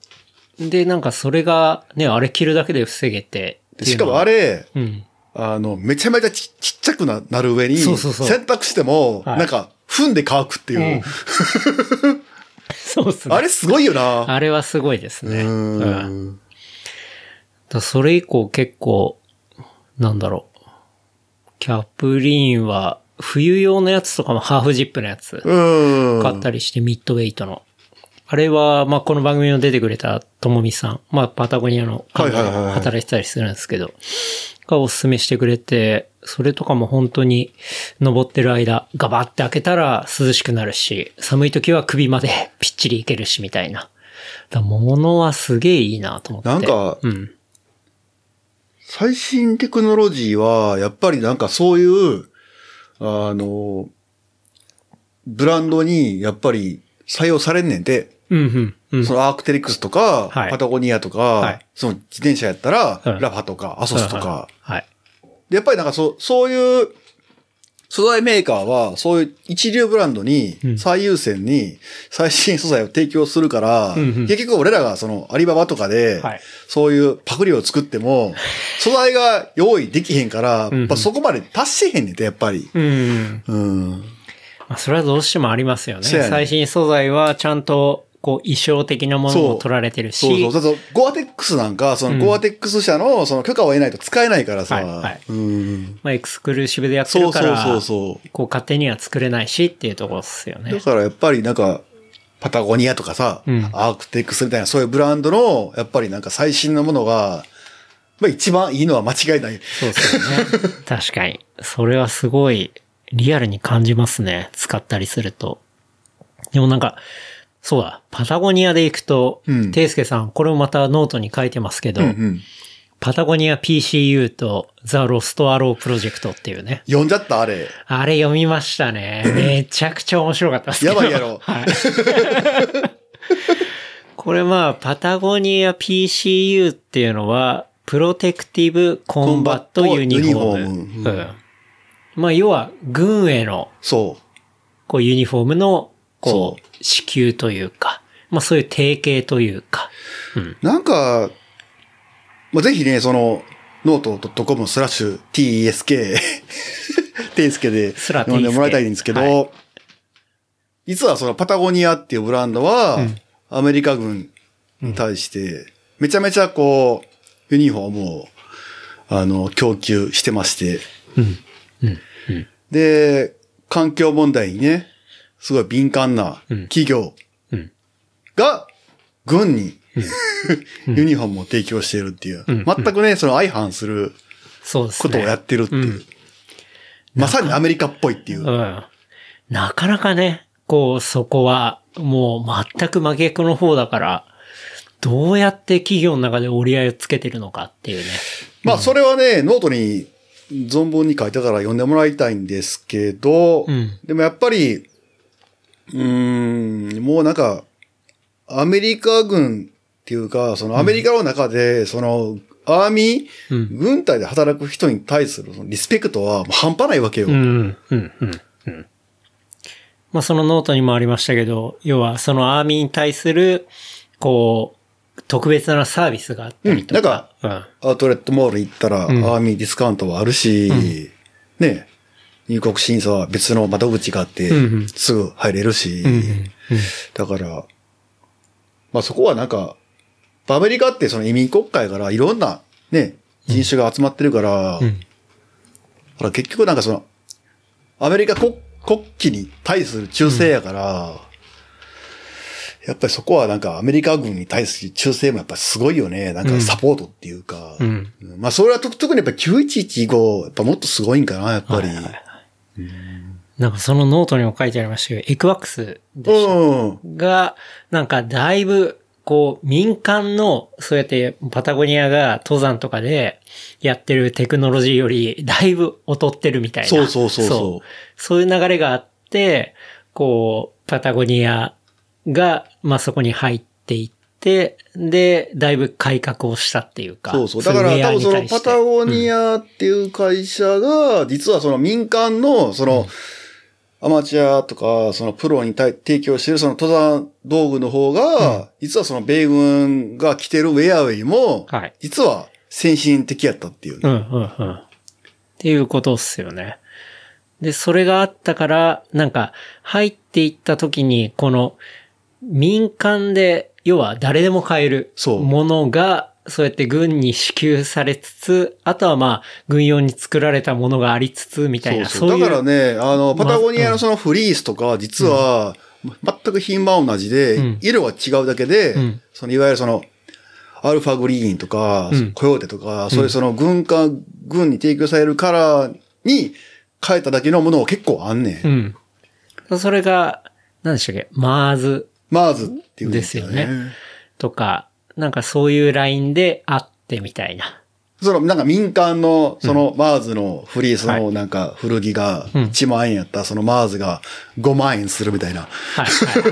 で、なんかそれがね、あれ着るだけで防げて。 しかもあれ、うん。あの、めちゃめちゃ ち, ちっちゃくなる上に、そうそうそう洗濯しても、はい、なんか、踏んで乾くっていう。うん、 そうっすね。 あれすごいよな。 あれはすごいですね。うん。うん、だそれ以降結構、なんだろう。キャプリーンは、 冬用のやつとかもハーフジップのやつ買ったりしてミッドウェイトの。あれは、まあ、この番組に出てくれたともみさん、まあ、パタゴニアの会社で働いてたりするんですけど、がおすすめしてくれて、それとかも本当に登ってる間、ガバって開けたら涼しくなるし、寒い時は首までぴっちりいけるし、みたいな。だ物はすげえいいなと思って。 なんか、 うん、 最新テクノロジーは、やっぱりなんかそういう、あの、ブランドにやっぱり採用されんねんて。 うんうんうん、 そのアークテリクスとか、 はい、 パタゴニアとか、はい、その自転車やったら、うん、ラファとか、アソスとか、 はい。 で、やっぱりなんかそう、そういう素材メーカーは、そういう一流ブランドに最優先に最新素材を提供するから、うんうん、結局俺らがそのアリババとかで、はい、そういうパクリを作っても、素材が用意できへんから、やっぱそこまで達しへんねんて、やっぱり。うん。うん。 まあ、それはどうしてもありますよね。最新素材はちゃんと、こう、衣装的なものも取られてるし。 そうそうそう。ゴアテックスなんか、そのゴアテックス社のその許可を得ないと使えないからさ。はい、はい。うん。 まあ、エクスクルーシブでやってるから、 そうそうそうそう。 こう、勝手には作れないしっていうところですよね。 だからやっぱりなんか、パタゴニアとかさ、うん、アークテックスみたいなそういうブランドの、やっぱりなんか最新のものが、まあ一番いいのは間違いない。 そうですよね。確かに。それはすごい、リアルに感じますね。使ったりすると。でもなんか、そうだ、パタゴニアで行くと、うん、ていすけさん、これもまたノートに書いてますけど、うんうん、パタゴニア ピーシーユー とザ・ロストアロープロジェクトっていうね。 読んじゃったあれ。 あれ読みましたね。めちゃくちゃ面白かったですけど。 やばいやろ。はい。 これまあ、パタゴニア ピーシーユー っていうのは、プロテクティブ・コンバット・ユニフォーム。うん。まあ、要は、軍への、 そう。 こう、ユニフォームの、こう、支給というか、まあそういう提携というか。 うん、なんか、まあ、ぜひね、その、ノート .com スラッシュ tesk テイスケで読んでもらいたいんですけど、はい、実はそのパタゴニアっていうブランドは、うん、アメリカ軍に対して、めちゃめちゃこう、ユニフォームを、あの、供給してまして、うんうんうん、で、環境問題にね、すごい敏感な企業が軍にユニフォームを提供しているっていう。全くね、その相反することをやってるっていう。まさにアメリカっぽいっていう。 なかなかね、こうそこはもう全く真逆の方だから、どうやって企業の中で折り合いをつけてるのかっていうね。 まあそれはね、ノートに存分に書いたから読んでもらいたいんですけど、でもやっぱり、うーん、もうなんか、アメリカ軍っていうか、そのアメリカの中で、その、アーミー、うん、軍隊で働く人に対するそのリスペクトはもう半端ないわけよ。うん、うん、うん、 うん。まあそのノートにもありましたけど、要はそのアーミーに対する、こう、特別なサービスがあったりとか。 うん、なんか、うん、アウトレットモール行ったら、アーミーディスカウントはあるし、うん、ね、入国審査は別の窓口があって、すぐ入れるし、うんうんうん、だから、まあそこはなんか、アメリカってその移民国家やからいろんなね、人種が集まってるから、うん、だから結局なんかその、アメリカ国、国旗に対する忠誠やから、うん、やっぱりそこはなんかアメリカ軍に対する忠誠もやっぱりすごいよね。なんかサポートっていうか、うんうん、まあそれは特にやっぱきゅういちいち以降、やっぱもっとすごいんかな、やっぱり。はいはいはい、 うん、なんかそのノートにも書いてありましたけど、エクワックスでした、うん、が、なんかだいぶ、こう、民間の、そうやってパタゴニアが登山とかでやってるテクノロジーより、だいぶ劣ってるみたいな。 そうそうそうそう。 そう、そういう流れがあって、こう、パタゴニアが、まあそこに入っていって、で、だいぶ改革をしたっていうか。 そうそう。だから多分そのパタゴニアっていう会社が、実はその民間の、その、うん、アマチュアとか、そのプロに提供しているその登山道具の方が、うん、実はその米軍が着てるウェアウェイも、はい、実は先進的やったっていう、ね。うんうんうん。 っていうことっすよね。で、それがあったから、なんか、入っていった時に、この、民間で、要は誰でも買えるものが、 そうやって軍に支給されつつ、あとはまあ、軍用に作られたものがありつつ、みたいな、 そうそう。 そういう。 だからね、あの、パタゴニアのそのフリースとか、実は、全く品番同じで、うん、色が違うだけで、うん、そのいわゆるその、アルファグリーンとか、うん、コヨーテとか、そういうその軍か、軍に提供されるカラーに変えただけのものが結構あんねん。 うん。それが、何でしたっけマーズ。 マーズっていうんですよね。ですよね。とか、なんかそういうラインであってみたいな。 その、なんか民間の、その、マーズのフリースのなんか古着がいちまんえんやったら、そのマーズがごまんえんするみたいな。 はいはいはい。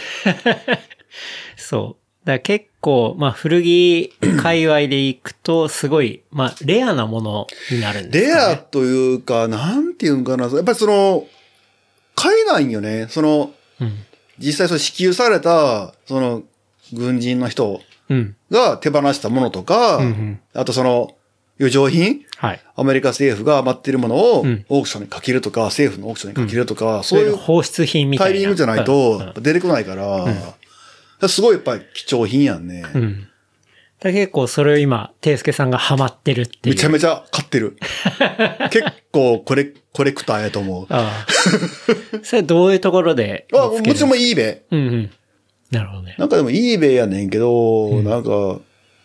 そう。だから結構、まあ古着界隈でいくと、すごい、まあレアなものになるんですかね。 レアというか、なんていうんかな。やっぱりその、買えないんよね。その、うん、実際その支給された、その、軍人の人が手放したものとか、うんうん、あとその、余剰品、はい、アメリカ政府が余っているものをオークションにかけるとか、うん、政府のオークションにかけるとか、うん、そういう放出品みたいなタイミングじゃないと出てこないから、うん、すごいやっぱり貴重品やんね。うん、 だ結構それを今、ていすけさんがハマってるっていう。 めちゃめちゃ買ってる。結構コレ、コレクターやと思う。ああそれどういうところであもちろん eBay。 うんうん。なるほどね。 なんかでも eBay やねんけど、うん、なんか、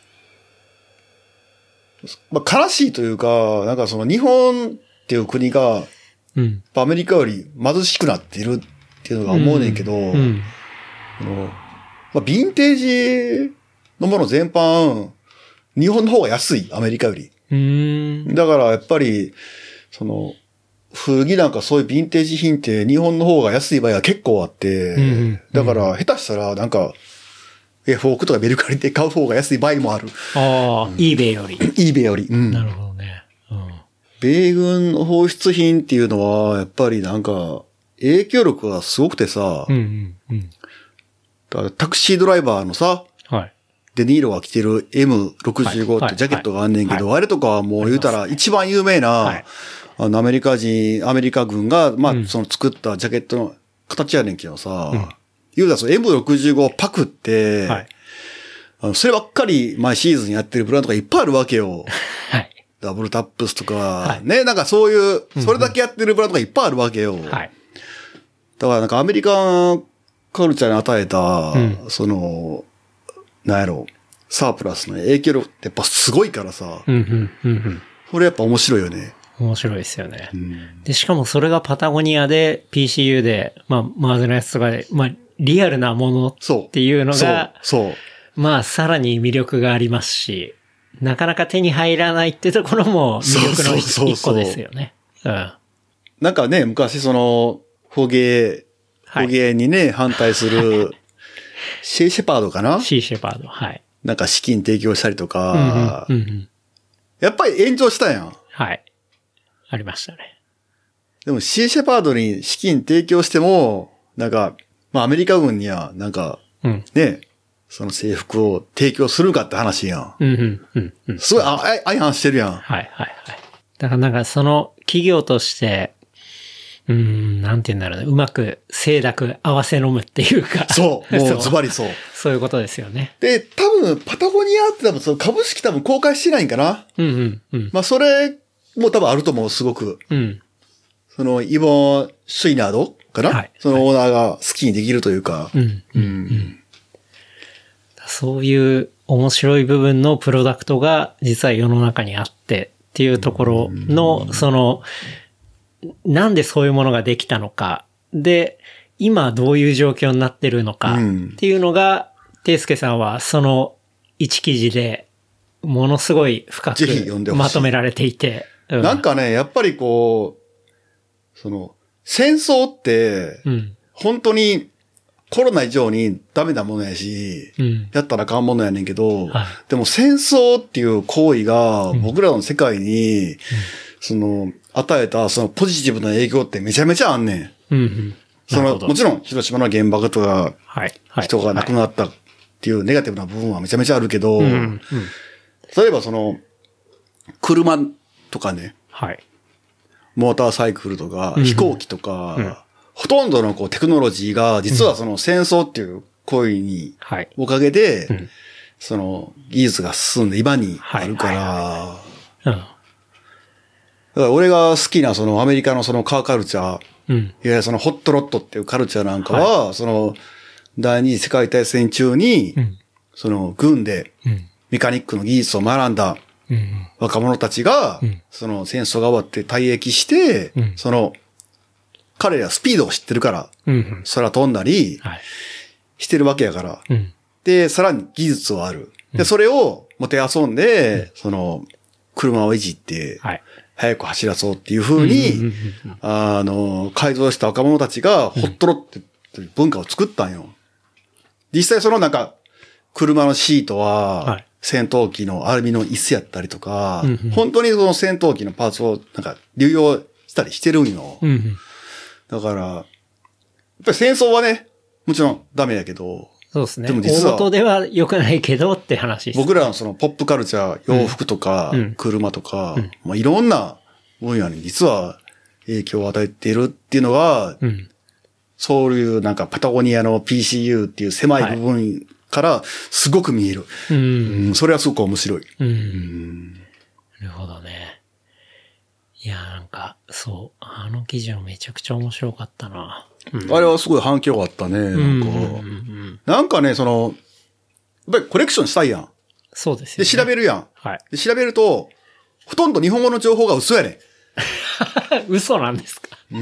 まあ、悲しいというか、なんかその日本っていう国が、うん、アメリカより貧しくなっているっていうのが思うねんけど、うんうん、まあ、ヴィンテージのもの全般、日本の方が安い、アメリカより。うーんだからやっぱり、その、古着なんかそういうヴィンテージ品って日本の方が安い場合は結構あって、うんうん、だから下手したらなんか、え、フォークとかメルカリで買う方が安い場合もある。 ああ、うん、eBay より。 eBay より。うん、 なるほどね。うん、 米軍の放出品っていうのは、やっぱりなんか、影響力がすごくてさ、うんうんうん、だからタクシードライバーのさ、はい、デニーロが着てる エムろくじゅうご ってジャケットがあんねんけど、はいはいはい、あれとかはもう言うたら一番有名な、はい、あのアメリカ人、アメリカ軍が、まあ、うん、その作ったジャケットの形やねんけどさ、うん言うたらその エムろくじゅうご パクって、はい、あのそればっかり毎シーズンやってるブランドがいっぱいあるわけよ。はい、ダブルタップスとか、はい、ね、なんかそういう、それだけやってるブランドがいっぱいあるわけよ。はい、だからなんかアメリカンカルチャーに与えた、うん、その、なんやろ、サープラスの影響力ってやっぱすごいからさ、うんうんうんうん、これやっぱ面白いよね。 面白いですよね、うん。で、しかもそれがパタゴニアで ピーシーユー で、まあ、マーズのやつとかで、まあ、リアルなものっていうのが、そうそうまあ、さらに魅力がありますし、なかなか手に入らないってところも魅力の一個ですよね。うん。 なんかね、昔その、捕鯨、捕鯨にね、はい、反対する、シェイシェパードかなシーシェパード、はい。 なんか資金提供したりとか、うんうんうんうん、やっぱり炎上したやん。 はい。ありましたね。 でもシーシェパードに資金提供しても、なんか、まあアメリカ軍にはなんか、うん、ね、その制服を提供するかって話やん。うんうんうんうん、すごいあ相反してるやん。 はいはいはい。だからなんかその企業として、うーん、なんて言うんだろうね。うまく清濁合わせ飲むっていうか。 そう。もうズバリそう。 そういうことですよね。 で、多分パタゴニアって多分その株式多分公開してないんかな。うんうんうん。まあそれも多分あると思う、すごく。うん。そのイボン・シュイナードかな、はい、そのオーナーが好きにできるというか。うん。うん。うん、 そういう面白い部分のプロダクトが実は世の中にあってっていうところの、その、なんでそういうものができたのか、で、今どういう状況になってるのかっていうのが、ていすけさんはその一記事でものすごい深くまとめられていて。 うん、なんかね、やっぱりこう、その、戦争って、本当にコロナ以上にダメなものやし、うん、やったらあかんものやねんけど、はい、でも戦争っていう行為が僕らの世界に、うん、その、与えたそのポジティブな影響ってめちゃめちゃあんねん。うんうん、そのもちろん広島の原爆とか、はいはい、人が亡くなったっていうネガティブな部分はめちゃめちゃあるけど、うんうん、例えばその車とかね、はい、モーターサイクルとか、うん、飛行機とか、うん、ほとんどのこうテクノロジーが実はその戦争っていう行為に、おかげで、うん、 その、技術が進んで今にあるから、はいはいはい、うん。だから俺が好きなそのアメリカのそのカーカルチャー、うん、いわゆるそのホットロットっていうカルチャーなんかは、はい、その、第二次世界大戦中に、うん、その、軍で、メカニックの技術を学んだ若者たちが、うん、その戦争が終わって退役して、うん、その、彼らスピードを知ってるから、うん、空飛んだり、してるわけやから、うん、で、さらに技術はある。で、それをもてあそんで、うん、その、車をいじって、はい、早く走らそうっていう風に、あの、改造した若者たちが、ホットロって文化を作ったんよ。実際そのなんか、車のシートは、戦闘機のアルミの椅子やったりとか、はい、本当にその戦闘機のパーツをなんか流用したりしてるんよ。うんうん、だから、やっぱり戦争はね、もちろんダメやけど、 そうですね。でも実は、大元では良くないけどって話です、ね。 僕らのそのポップカルチャー、洋服とか、うん、車とか、うん、まあ、いろんな分野に実は影響を与えているっていうのが、うん、そういうなんかパタゴニアの ピーシーユー っていう狭い部分からすごく見える。はい、うんうん、それはすごく面白い。うんうん、 なるほどね。いや、なんか、そう、あの記事はめちゃくちゃ面白かったな。 うん、あれはすごい反響があったね。なんか、うんうんうん、なんかね、その、やっぱりコレクションしたいやん。 そうですよね。 で、調べるやん。 はい。 で、調べると、ほとんど日本語の情報が嘘やねん。嘘なんですか？ うん、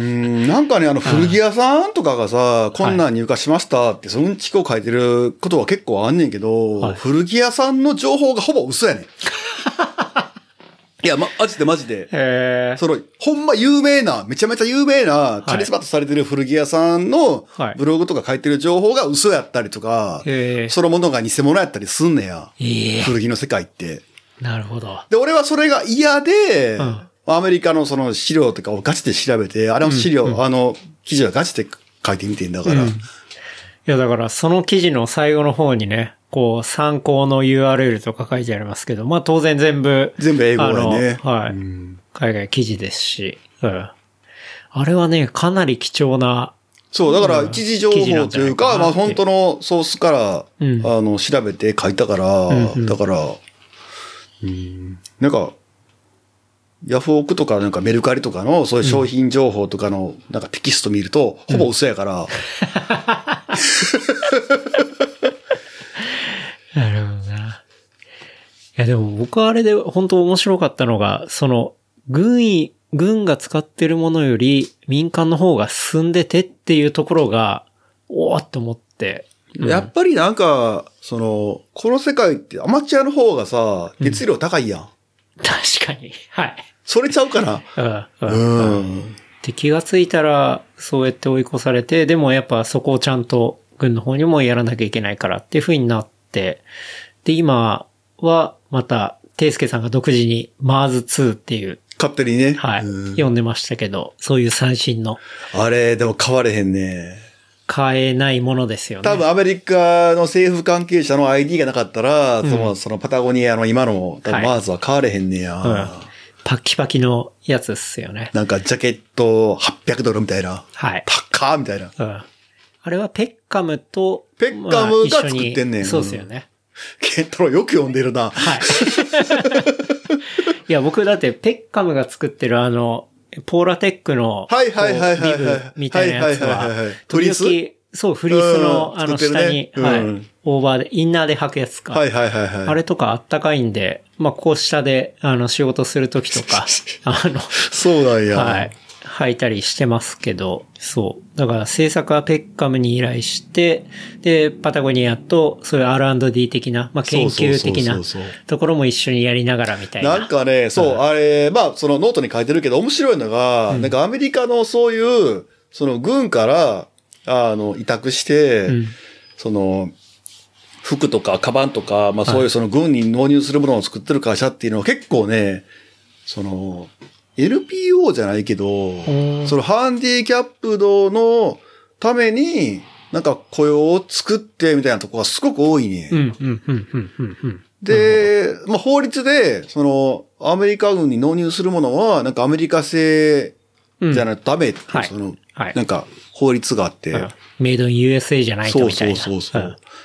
なんかね、あの、古着屋さんとかがさ、こんなん入荷しましたって、そのうんちくを書いてることは結構あんねんけど、はい、古着屋さんの情報がほぼ嘘やねん。いや、ま、マジでマジで。へー。その、ほんま有名な、めちゃめちゃ有名な、カリスマとされてる古着屋さんの、ブログとか書いてる情報が嘘やったりとか、はい、そのものが偽物やったりすんねや。古着の世界って。 なるほど。 で、俺はそれが嫌で、うん、アメリカのその資料とかをガチで調べて、あれの資料、うんうん、あの、記事はガチで書いてみてんだから。うん、いや、だからその記事の最後の方にね、こう、参考の ユーアールエル とか書いてありますけど、まあ当然全部。 全部英語だね。 はい、うん。海外記事ですし、うん。あれはね、かなり貴重な。 そう、だから一時情報というか、まあ本当のソースから、うん、あの、調べて書いたから、うんうん、だから、うん、なんか、ヤフオクとかなんかメルカリとかのそういう商品情報とかのなんかテキスト見ると、ほぼ嘘やから。うんなるほどな。いやでも僕はあれで本当面白かったのが、その軍医、軍が使ってるものより民間の方が進んでてっていうところが、おーって思って。 うん、やっぱりなんか、その、この世界ってアマチュアの方がさ、熱量高いやん。うん、 確かに。はい。 それちゃうかな。 うん。うん。うん、で気がついたら、そうやって追い越されて、でもやっぱそこをちゃんと軍の方にもやらなきゃいけないからっていう風になって、で、今はまた、ていすけさんが独自に マーズツー っていう。 勝手にね。 はい。読んでましたけど、そういう最新の。 あれ、でも買われへんね。 買えないものですよね。 多分アメリカの政府関係者の アイディー がなかったら、うん、その、そのパタゴニアの今の、多分マーズは買われへんねや、はいうん。 パキパキのやつっすよね。 なんかジャケットはっぴゃくドルみたいな。 はい。 高ーみたいな。 うん。あれはペッカムと、 ペッカムが作ってんねん。 そうですよね。 ケントロよく読んでるな。 はい。いや、僕だってペッカムが作ってるあの、ポーラテックの、 はいはいはいはい。 ビブみたいなやつは、 フリースそう、フリースのあの下に、ね、はい、うん、オーバーで、インナーで履くやつか。 はいはいはいはい。 あれとかあったかいんで、まあ、こう下で、あの、仕事するときとか、あの、 そうなんや。 はい。履いたりしてますけど、そう。だから制作はペッカムに依頼して、で、パタゴニアと、そういう アールアンドディー 的な、まあ、研究的なところも一緒にやりながらみたいな。 なんかね、そう、うん、あれ、まあ、そのノートに書いてるけど面白いのが、うん、なんかアメリカのそういう、その軍から、あの、委託して、うん、その、服とかカバンとか、まあそういうその軍に納入するものを作ってる会社っていうのは結構ね、その、エルピーオー じゃないけど、そのハンディキャップドのために、なんか雇用を作ってみたいなところがすごく多いね。で、まあ法律で、その、アメリカ軍に納入するものは、なんかアメリカ製じゃないとダメって、うん、その、はい、なんか法律があって。 メイドイン ユーエスエー じゃないとみたいな。 そうそうそうそう。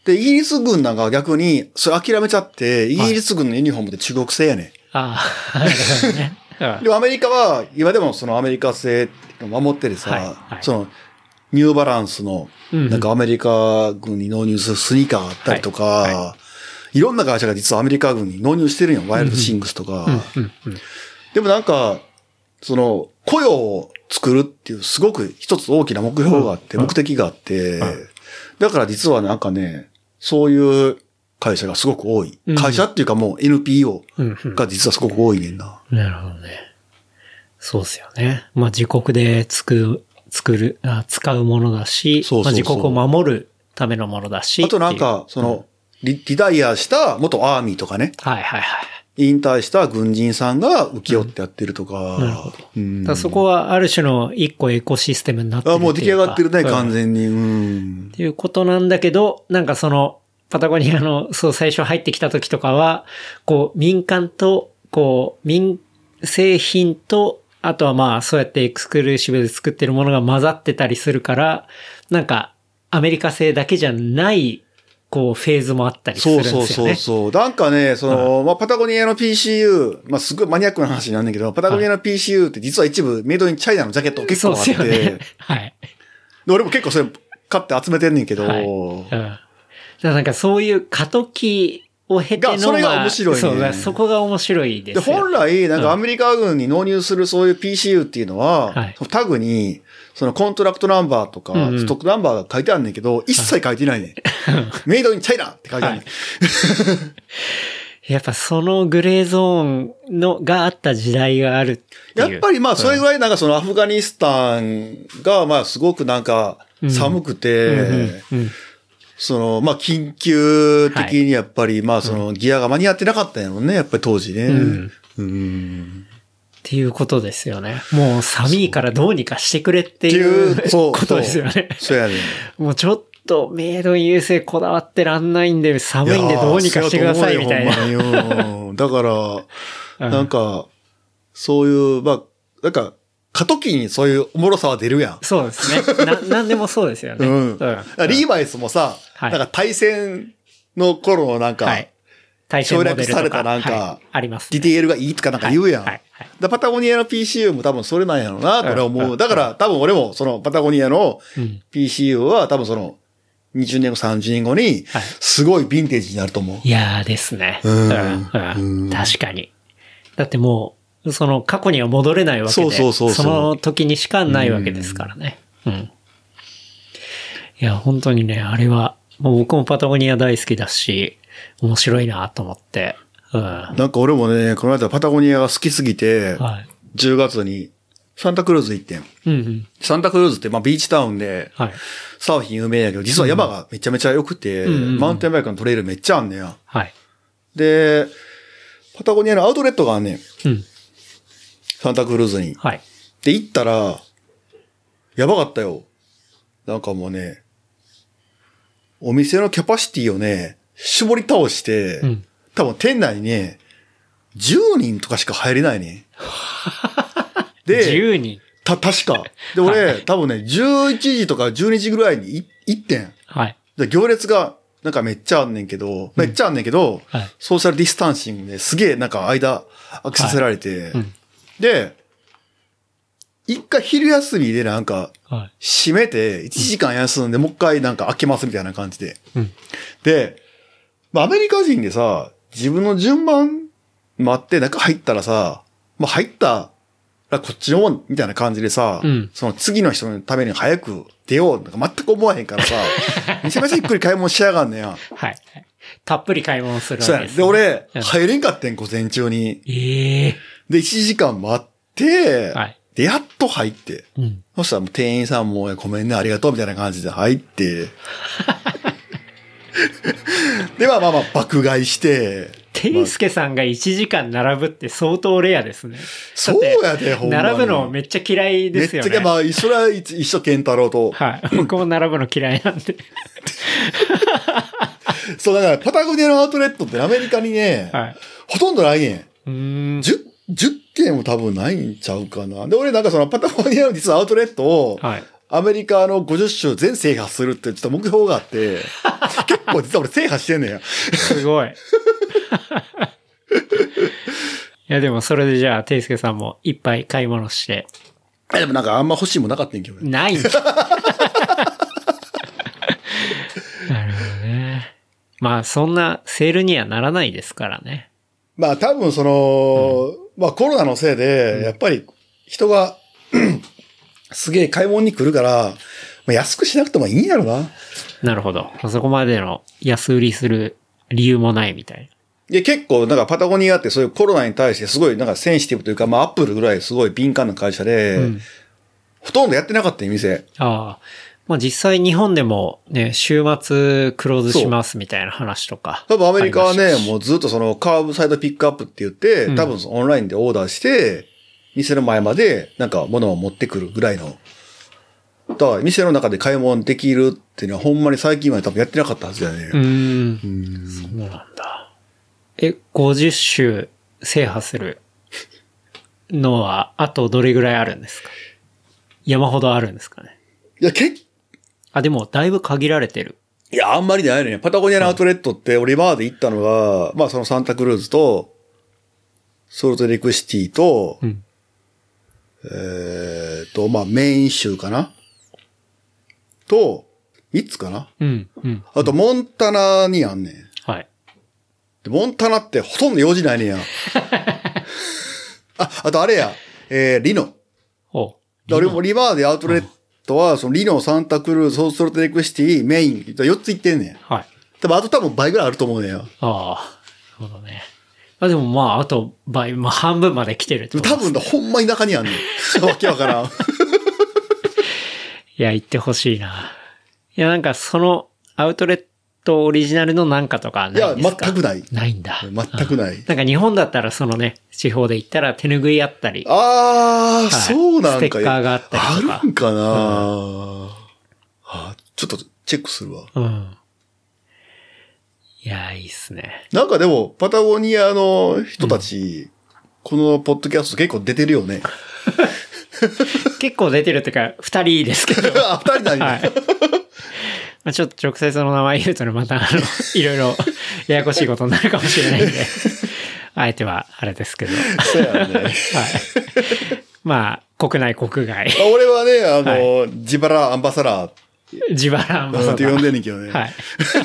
で、イギリス軍なんか逆に、それ諦めちゃって、イギリス軍のユニフォームって中国製やねん。 ああ、なるほどね。 でもアメリカは、今でもそのアメリカ製を守っててさ、 はいはい、 その、ニューバランスの、なんかアメリカ軍に納入するスニーカーがあったりとか、はいはい、いろんな会社が実はアメリカ軍に納入してるんよ。ワイルドシングスとか。でもなんか、その、雇用を作るっていうすごく一つ大きな目標があって、目的があって、だから実はなんかね、そういう会社がすごく多い。会社っていうかもう エヌピーオー が実はすごく多いねんな。 なるほどね。そうっすよね。まあ自国で作る、作る、あ使うものだし、そうそうそう、まあ、自国を守るためのものだし。 あとなんか、その、うん、リ、リダイアした元アーミーとかね。 はいはいはい。 引退した軍人さんが請け負ってやってるとか。 うん、なるほど。うん、だそこはある種の一個エコシステムになってるっていうか。 あ、もう出来上がってるね、完全に。うん。 っていうことなんだけど、なんかその、パタゴニアの、そう最初入ってきた時とかは、こう民間と、こう民製品と、あとはまあそうやってエクスクルーシブで作ってるものが混ざってたりするから、なんかアメリカ製だけじゃない、こうフェーズもあったりするんですよね。 そうそうそうそう。なんかね、その、うん、まあパタゴニアの ピーシーユー、まあすごいマニアックな話になるんだけど、パタゴニアの ピーシーユーって実は一部メイドインチャイナのジャケット結構あって。そうですよね。はい。で、俺も結構それ買って集めてんねんけど、はい、うん。 だなんかそういう過渡期を経てのそれが面白いね。 そう、そこが面白いですよ。 で、本来、なんかアメリカ軍に納入するそういう ピーシーユー っていうのは、はい、タグに、そのコントラクトナンバーとか、ストックナンバーが書いてあるんだけど、うん、一切書いてないね。メイドインチャイナって書いてあるね。はい、 やっぱそのグレーゾーンのがあった時代があるっていう。 やっぱりまあそれぐらいなんかそのアフガニスタンがまあすごくなんか寒くて、うんうんうんうんその、まあ、緊急的にやっぱり、はい、まあ、その、ギアが間に合ってなかったんやろね、やっぱり当時ね。うん。うん。 っていうことですよね。もう寒いからどうにかしてくれっていうことですよね。 そうやね。 もうちょっとメイドイン ユーエスエー こだわってらんないんで、寒いんでどうにかしてくださいみたいな。 だから、なんか、そういう、まあ、なんか、過渡期にそういうおもろさは出るやん。 そうですね。な、なんでもそうですよね。うん。うん、 リーバイスもさ、はい、なんか対戦の頃のなんか、はい、省略されたなんか、はい、 あります、 ね。ディテールがいいとかなんか言うやん。はいはいはい、だパタゴニアの ピーシーユー も多分それなんやろうな、と俺は思う。うん、だから多分俺もそのパタゴニアの ピーシーユー は多分そのにじゅうねんご、さんじゅうねんごに、すごいヴィンテージになると思う。 いやーですね。うん。うんうん、確かに。だってもう、その過去には戻れないわけで、そうそうそうそうその時にしかないわけですからね。うん。うん、いや、本当にね、あれは、もう僕もパタゴニア大好きだし、面白いなと思って。うん。 なんか俺もね、この間パタゴニアが好きすぎて、はい、じゅうがつにサンタクルーズ行ってん。うんうん、サンタクルーズってまあビーチタウンで、はい、サーフィン有名やけど、実は山がめちゃめちゃ良くて、うんうん、マウンテンバイクのトレイルめっちゃあんねや。はい、で、パタゴニアのアウトレットがあんねん。うんサンタクルーズに。はい。で、行ったら、やばかったよ。なんかもうね、お店のキャパシティをね、絞り倒して、うん、多分店内にね、じゅうにんとかしか入れないね。で、 じゅうにんた、確か。で、俺、はい、多分ね、じゅういちじとかじゅうにじぐらいに行ってん。はい。で、行列が、なんかめっちゃあんねんけど、うん、めっちゃあんねんけど、はい、ソーシャルディスタンシングですげえなんか間空けさせられて、はいうんで、一回昼休みでなんか、閉めて、いちじかん休んで、もう一回なんか開けますみたいな感じで。うん、で、まあアメリカ人でさ、自分の順番待って中入ったらさ、まあ入ったらこっちのみたいな感じでさ、うん、その次の人のために早く出ようなんか全く思わへんからさ、めちゃめちゃゆっくり買い物しやがんねや。 はい。たっぷり買い物するわけです、ね。 そうや。で、俺、うん、入れんかってん、午前中に。ええー。で、いちじかん待って、はい、で、やっと入って、うん、そしたらもう店員さんもごめんね、ありがとうみたいな感じで入って、で、まあまあまあ爆買いして、 ていすけさんがいちじかん並ぶって相当レアですね。 そうやで、ほんまに。 並ぶのめっちゃ嫌いですよね。 めっちゃ、まあ、それは一緒健太郎と。 はい。僕も並ぶの嫌いなんで。 そう、だからパタゴニアのアウトレットってアメリカにね、はい、ほとんどないねん。うーんじゅっけんも多分ないんちゃうかな。で、俺なんかそのパタゴニアの実はアウトレットを、はい、アメリカのごじゅっしゅ全制覇するってちょっと目標があって、結構実は俺制覇してんねんや。 すごい。いやでもそれでじゃあ、ていすけさんもいっぱい買い物して。 でもなんかあんま欲しいもなかったんけどね。 ない。なるほどね。まあそんなセールにはならないですからね。 まあ多分その、うん、まあコロナのせいで、やっぱり人が、すげえ買い物に来るから、まあ、安くしなくてもいいんやろな。 なるほど。そこまでの安売りする理由もないみたいな。 いや結構なんかパタゴニアってそういうコロナに対してすごいなんかセンシティブというか、まあアップルぐらいすごい敏感な会社で、うん、ほとんどやってなかったよ、店。 ああ。まあ実際日本でもね、週末クローズしますみたいな話とか。 多分アメリカはね、もうずっとそのカーブサイドピックアップって言って、うん、多分オンラインでオーダーして、店の前までなんか物を持ってくるぐらいの。だから店の中で買い物できるっていうのはほんまに最近まで多分やってなかったはずだよね。 うーん。うん、そうなんだ。え、ごじゅっ種制覇するのはあとどれぐらいあるんですか？山ほどあるんですかね？ いや、結あ、でもだいぶ限られてる。 いや、あんまりないね。パタゴニアのアウトレットって俺今まで行ったのが、まあそのサンタクルーズと、ソルトレイクシティと、うん、えーと、まあメイン州かなと、みっつかな、 うんうん、 あと、モンタナにあんねん。 はい。 で、モンタナってほとんど用事ないねんや。あ、あとあれや、えー、リノ。 お俺もリバーでアウトレットは、そのリノ、サンタクルーズ、ソルトレイクシティ、メイン、よっつ行ってんねん。 はい。 多分あと多分倍ぐらいあると思うねんや。 ああ、なるほどね。あ、でもまあ、あと倍、まあ半分まで来てるってことですね。 多分ほんま田舎にあんねん。わけわからん。 いや、行ってほしいな。いや、なんかそのアウトレットオリジナルのなんかとかないですか？ いや、全くない。 ないんだ。 全くない。 なんか日本だったらそのね、地方で行ったら手拭いあったり。 ああ、はい、そうなんか。 ステッカーがあったりとか。 あるんかな、うん、あ、ちょっとチェックするわ。 うん。いや、いいっすね。 なんかでも、パタゴニアの人たち、うん、このポッドキャスト結構出てるよね。 結構出てるってか、二人ですけど。 あ、二人なんや。はい。 まあちょっと直接の名前言うとね、またあの、いろいろややこしいことになるかもしれないんで、あえてはあれですけど。 そうやね。はい。 まあ、国内国外。 俺はね、あの、はい、自腹アンバサダー。 自腹アンバサダー。 って呼んでんねんけどね。 はい。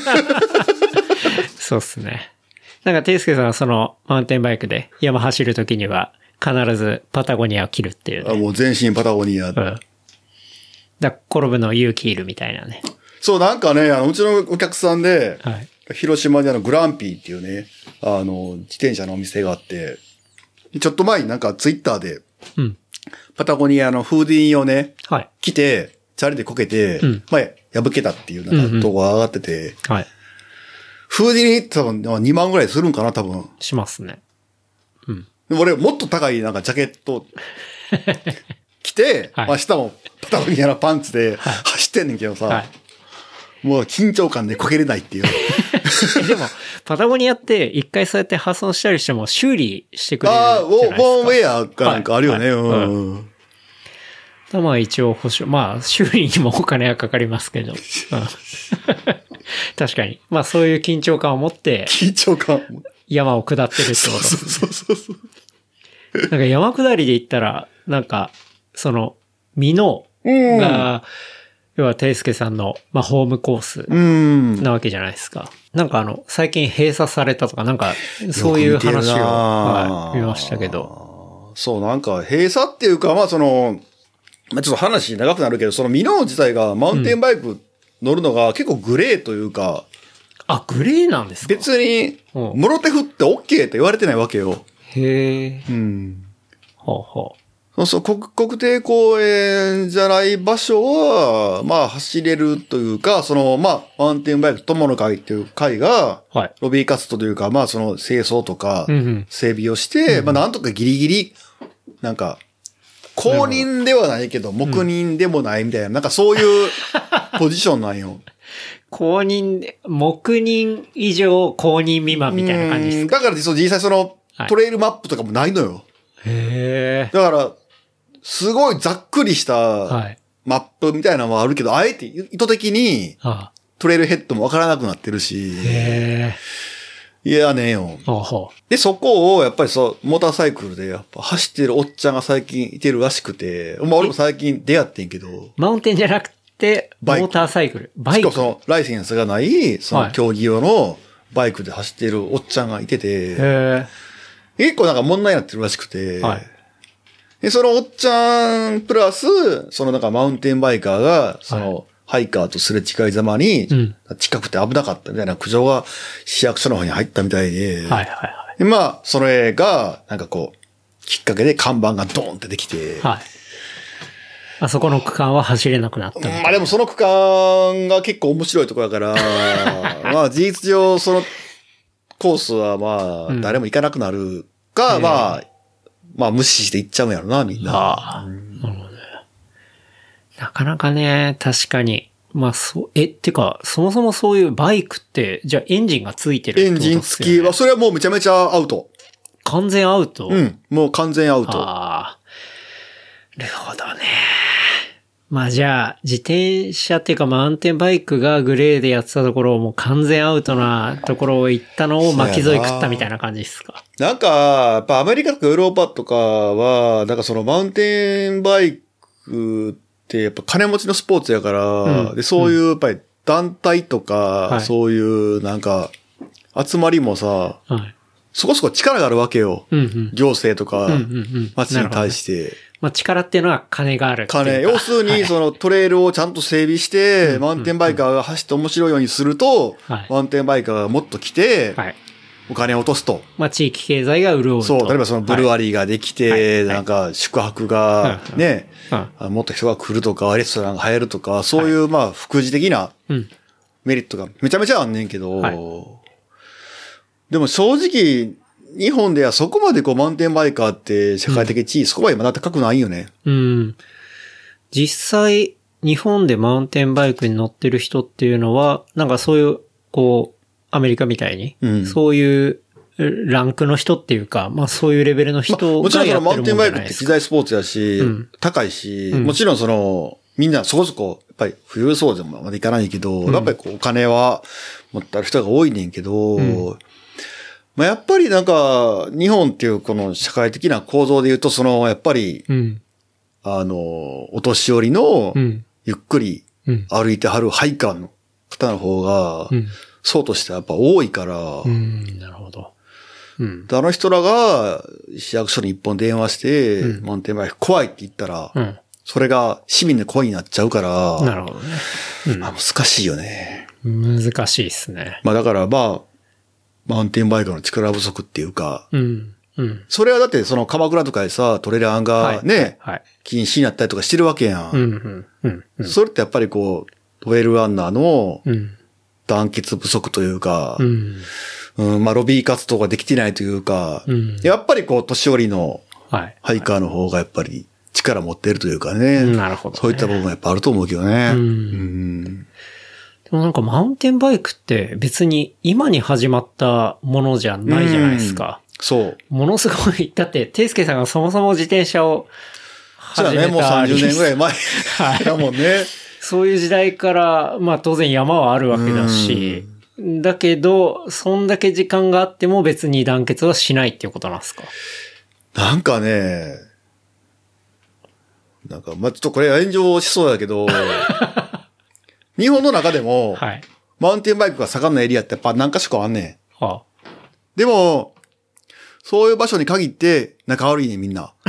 そうっすね。なんか、ていすけさんはその、マウンテンバイクで山走るときには、必ずパタゴニアを着るっていう、ね。 あ、もう全身パタゴニア。うん。 だ転ぶの勇気いるみたいなね。 そう、なんかね、あの、うちのお客さんで、 はい、 広島にあの、グランピーっていうね、あの、自転車のお店があって、ちょっと前になんかツイッターで、 うん、 パタゴニアのフーディーをね、 はい、 着て、チャリでこけて、うん、まあ、破けたっていうなんか動画が上がってて、 うんうん、はい。 フーディーに多分にまんぐらいするんかな、多分。 しますね。うん。 でも俺もっと高いなんかジャケット着て、はい、まあ下もパタゴニアのパンツで走ってんねんけどさ、はい、もう緊張感でこけれないっていう。 でも、パタゴニアって一回そうやって破損したりしても修理してくれるじゃないですか。ああ、 ウォンウェアかなんかあるよね。はいはい、うん。うんまあ一応保証、まあ修理にもお金はかかりますけど。うん、確かに。まあそういう緊張感を持って。 緊張感山を下ってるってこと。そうそうそうそう。 なんか山下りで行ったら、なんか、その、ミノが、要はテイスケさんの、まあ、ホームコースなわけじゃないですか。なんかあの、最近閉鎖されたとか、なんか、そういう話を、はい、見ましたけど。 そう、なんか閉鎖っていうか、まあその、まあちょっと話長くなるけど、そのミノ自体がマウンテンバイク乗るのが結構グレーというか、 うん、あ、グレーなんですか？ 別に、モロテフって OK って言われてないわけよ。 へえ。 うん。 はあはあ。 そうそう、国、国定公園じゃない場所は、まあ走れるというか、その、まあ、マウンテンバイク友の会っていう会が、 はい。 ロビー活動というか、まあその清掃とか、整備をして、 うんうん、 まあなんとかギリギリ、なんか、公認ではないけど、黙認でもないみたいな、うん、なんかそういうポジションなんよ。 公認で、黙認以上公認未満みたいな感じですか？ だから実際その、トレイルマップとかもないのよ。はい、 へー。 だから、すごいざっくりしたマップみたいなのもあるけど、あえて意図的にトレイルヘッドもわからなくなってるし。へー。いやねえよ。で、そこをやっぱりそう、モーターサイクルでやっぱ走ってるおっちゃんが最近いてるらしくて、まあ俺も最近出会ってんけど。 マウンテンじゃなくて、モーターサイクル。バイク。 しかもそのライセンスがない、その競技用のバイクで走ってるおっちゃんがいてて、へー。結構なんか問題になってるらしくて、はい。で、そのおっちゃんプラス、そのなんかマウンテンバイカーが、その、はいハイカーとすれ違いざまに、近くて危なかったみたいな苦情が市役所の方に入ったみたいで、はいはいはい。で、まあ、それが、なんかこう、きっかけで看板がドーンってできて、はい。 あそこの区間は走れなくなった。 まあでもその区間が結構面白いところだから、まあ事実上そのコースはまあ誰も行かなくなるか、うん、まあ、まあ無視して行っちゃうんやろな、みんな。ああ、うん、なるほど。 なかなかね、確かに。まあ、そう、え、ってか、そもそもそういうバイクって、じゃあエンジンがついてるってことですよね。エンジン付きは、 それはもうめちゃめちゃアウト。 完全アウト？ うん、もう完全アウト。 ああ。なるほどね。まあじゃあ、自転車っていうかマウンテンバイクがグレーでやってたところをもう完全アウトなところを行ったのを巻き添え食ったみたいな感じですか？ なんか、やっぱアメリカとかヨーロッパとかは、なんかそのマウンテンバイクってやっぱ金持ちのスポーツやから、うん、でそういうやっぱり団体とか、うん、そういうなんか集まりもさ、はい、そこそこ力があるわけよ。うんうん、行政とか町に対して。 まあ力っていうのは金があるっていうか。 金。要するにそのトレイルをちゃんと整備して、はい、マウンテンバイカーが走って面白いようにすると、はい、マウンテンバイカーがもっと来て、はい、お金を落とすと。 まあ地域経済が潤うと。 そう。例えばそのブルワリーができて、はい、なんか宿泊がね、はい、もっと人が来るとか、レストランが入るとか、そういうまあ副次的なメリットがめちゃめちゃあんねんけど、はい、でも正直、日本ではそこまでこうマウンテンバイカーって社会的地位、うん、そこまでまだ高くないよね。 うん。実際、日本でマウンテンバイクに乗ってる人っていうのは、なんかそういう、こう、アメリカみたいに、うん、そういうランクの人っていうか、まあそういうレベルの人がやってるもんじゃないですか。 まあ、もちろんそのマウンテンバイクって機材スポーツやし、うん、高いし、うん、もちろんその、みんなそこそこ、やっぱり富裕層でもまでいかないけど、うん、やっぱりこうお金は持ってある人が多いねんけど、うんまあ、やっぱりなんか、日本っていうこの社会的な構造で言うと、その、やっぱり、うん、あの、お年寄りの、ゆっくり歩いてはるハイカーの方の方が、うん、層としてはやっぱ多いから、 うん、なるほど。 うん、あの人らが市役所に一本電話して、うん、マウンテンバイク怖いって言ったら、うん、それが市民の声になっちゃうから、 なるほどね。 うん、まあ難しいよね。 難しいですね。 まあだからまあ、マウンテンバイクの力不足っていうか、うんうん、それはだってその鎌倉とかでさ、トレランがね、はいはいはい、禁止になったりとかしてるわけやん。うんうんうんうん、それってやっぱりこう、トレイルランナーの団結不足というか、うんうん、まあロビー活動ができてないというか、うん、やっぱりこう、年寄りのハイカーの方がやっぱり力持ってるというかね、 なるほどね、 そういった部分はやっぱあると思うけどね。うんうんでもなんかマウンテンバイクって別に今に始まったものじゃないじゃないですか。 うそう。 ものすごい、だって、ていすけさんがそもそも自転車を始めた。 そうだね、もうさんじゅうねんぐらい前。はい。だもんね。 そういう時代から、まあ当然山はあるわけだし、だけど、そんだけ時間があっても別に団結はしないっていうことなんですか？ なんかね、なんか、まあ、ちょっとこれ炎上しそうだけど、日本の中でも、はい、マウンテンバイクが盛んなエリアってやっぱ何か所かあんねん。はあ、でも、そういう場所に限って仲悪いねんみんな。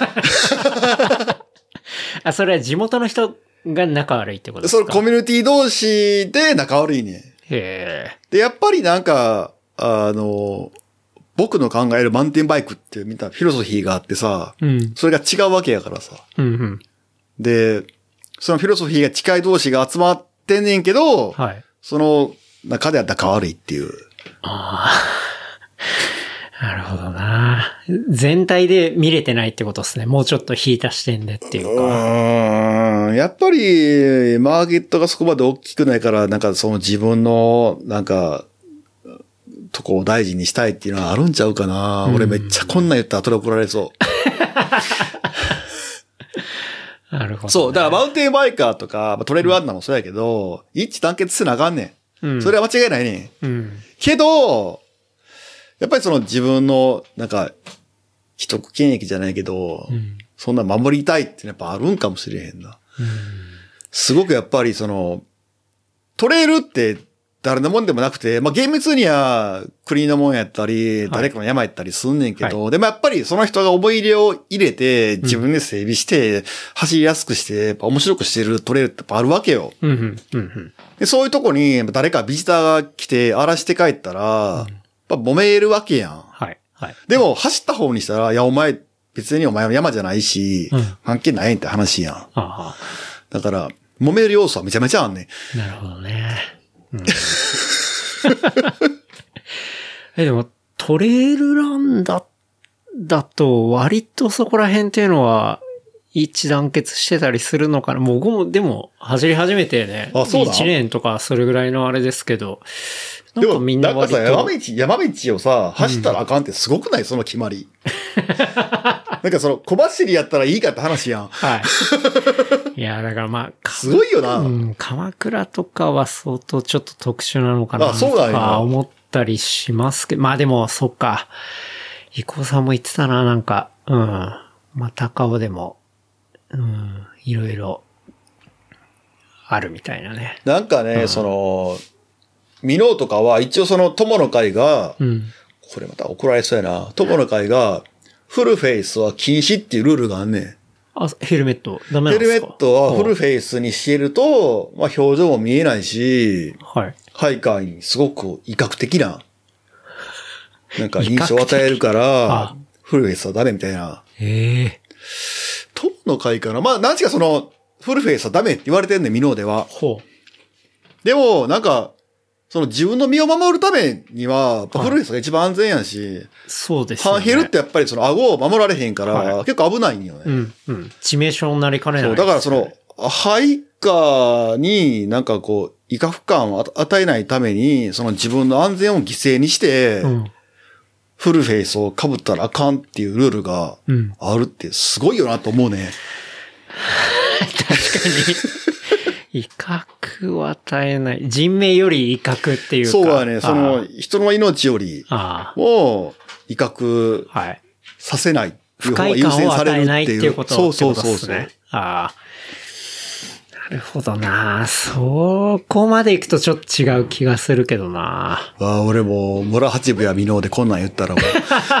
あ、それは地元の人が仲悪いってことですか？ それコミュニティ同士で仲悪いねん。へー。で、やっぱりなんか、あの、僕の考えるマウンテンバイクってみんなフィロソフィーがあってさ、うん、それが違うわけやからさ。うんうん、で、そのフィロソフィーが近い同士が集まってんねんけど、はい、その中では仲悪いっていう。 ああ。なるほどな。全体で見れてないってことですね。もうちょっと引いた視点でっていうか。うーん。やっぱり、マーケットがそこまで大きくないから、なんかその自分の、なんか、とこを大事にしたいっていうのはあるんちゃうかな。うん、俺めっちゃこんなん言ったら後で怒られそう。 なるほど、ね。 そう。だからマウンテンバイカーとか、トレイルランナーもそうやけど、うん、一致団結せなあかんねん。うん。それは間違いないねん。うん。けど、やっぱりその自分の、なんか、既得権益じゃないけど、うん、そんな守りたいってやっぱあるんかもしれへんな。うん、すごくやっぱりその、トレイルって誰のもんでもなくて、まあ厳密には国のもんやったり、はい、誰かの山やったりすんねんけど、はい、でもやっぱりその人が思い入れを入れて、自分で整備して、走りやすくして、やっぱ面白くしてるトレイルってやっぱあるわけよ。うんうんうん、でそういうとこに誰かビジターが来て荒らして帰ったら、うん、やっぱ揉めるわけやん。はいはい、でも走った方にしたら、いやお前別にお前は山じゃないし、うん、関係ないんって話やん。ははだから、揉める要素はめちゃめちゃあんねん。 なるほどね。うん、え、でも、トレイルランだ、だと割とそこら辺っていうのは一致団結してたりするのかな。もう僕もでも走り始めてね。あ、そうだ。いちねんとかそれぐらいのあれですけど。 なんかみんな割と。なんかさ、山道、山道をさ、走ったらあかんってすごくない？その決まり。なんかその小走りやったらいいかって話やん。はい。いや、だからまあ、すごいよな。うん、 鎌倉とかは相当ちょっと特殊なのかな。あ、そうだよ。思ったりしますけど、まあでも、そっか。伊藤さんも言ってたな、なんか、うん。まあ、高尾でも、うん、いろいろ、あるみたいなね。 なんかね、うん、その、箕面とかは一応その友の会が、うん、これまた怒られそうやな。友の会が、フルフェイスは禁止っていうルールがあんねん。 あ、ヘルメットダメなんですか？ ヘルメットはフルフェイスにしてると、まあ表情も見えないし、はい。ハイカーにすごく威嚇的な、なんか印象を与えるから、フルフェイスはダメみたいな。へえ。友の会かな。まあ、なんちかその、フルフェイスはダメって言われてんねん、箕面では。ほう。でも、なんか、その自分の身を守るためには、フルフェイスが一番安全やし、はい、 そうですね。 ハンヘルってやっぱりその顎を守られへんから、はい、結構危ないんよね。 うん、うん。致命傷になりかねない、 ね。そう、だからその、ハイカーになんかこう、威嚇感を与えないために、その自分の安全を犠牲にして、うん、フルフェイスを被ったらあかんっていうルールがあるってすごいよなと思うね。 うん、確かに。威嚇を与えない。人命より威嚇っていうか。 そうだね。その、人の命よりも威嚇させないっていう方が優先されるっていう。そうそうそうそう。 ああ。なるほどな。そこまで行くとちょっと違う気がするけどな。 ああ、俺も村八部や箕面でこんなん言ったらもう。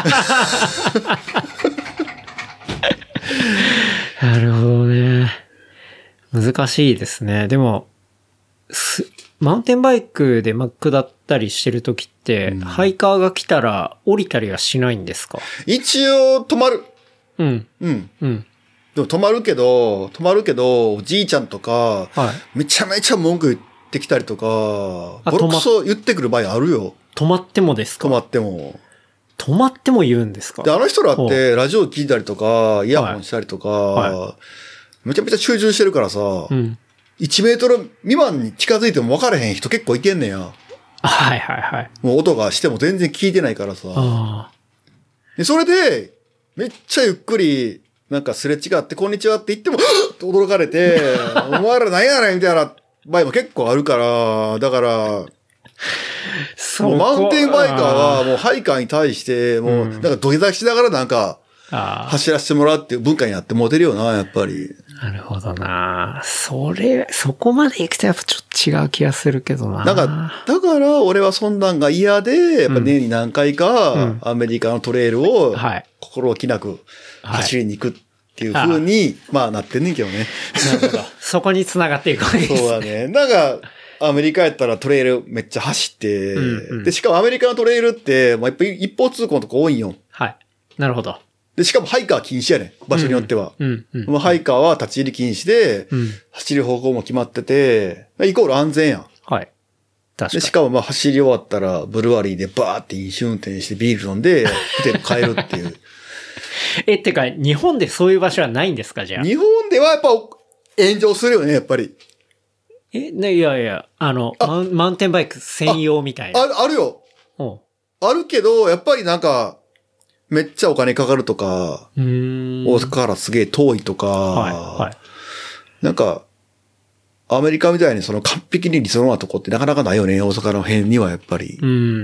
なるほどね。難しいですね。でも、マウンテンバイクで下ったりしてるときって、うん、ハイカーが来たら降りたりはしないんですか？ 一応止まる。うん。うん。うん。でも止まるけど、止まるけど、おじいちゃんとか、はい、めちゃめちゃ文句言ってきたりとか、ボロクソ言ってくる場合あるよ。 止まってもですか？ 止まっても。 止まっても言うんですか？ で、あの人らってラジオ聞いたりとか、イヤホンしたりとか、はいはい、めちゃめちゃ集中してるからさ、うん、いちメートル未満に近づいても分かれへん人結構いてんねんや。 はいはいはい。 もう音がしても全然聞いてないからさ。あでそれで、めっちゃゆっくり、なんかすれ違って、こんにちはって言っても、驚かれて、お前ら何やねんみたいな場合も結構あるから、だから、そうマウンテンバイカーはもうハイカーに対して、もう、なんか土下座しながらなんか、走らせてもらうっていう文化になってモテるよな、やっぱり。 なるほどな。それ、そこまで行くとやっぱちょっと違う気がするけどな。 なんか、だから俺はそんなんが嫌で、やっぱ年に何回かアメリカのトレイルを心置きなく走りに行くっていう風に、まあなってんねんけどね。 なるほど。そこに繋がっていくわけですね。 そうだね。なんか、アメリカやったらトレイルめっちゃ走って、うんうん、で、しかもアメリカのトレイルって、まあ、やっぱ一方通行のとこ多いんよ。 はい。なるほど。 で、しかもハイカー禁止やねん。場所によっては。うんうんうん、ハイカーは立ち入り禁止で、うん、走る方向も決まってて、イコール安全やん。 はい。確かに。 で、しかもまあ走り終わったら、ブルワリーでバーって飲酒運転してビール飲んで、ホテル帰るっていう。 え、ってか、日本でそういう場所はないんですか、じゃあ。 日本ではやっぱ炎上するよね、やっぱり。 え、ね、いやいや、あの、あマウン、マウンテンバイク専用みたいな。 あ、あるよ。あるけど、やっぱりなんか、めっちゃお金かかるとか、うーん大阪からすげえ遠いとか、はい、はい。 なんか、アメリカみたいにその完璧に理想なとこってなかなかないよね、大阪の辺にはやっぱり。うん、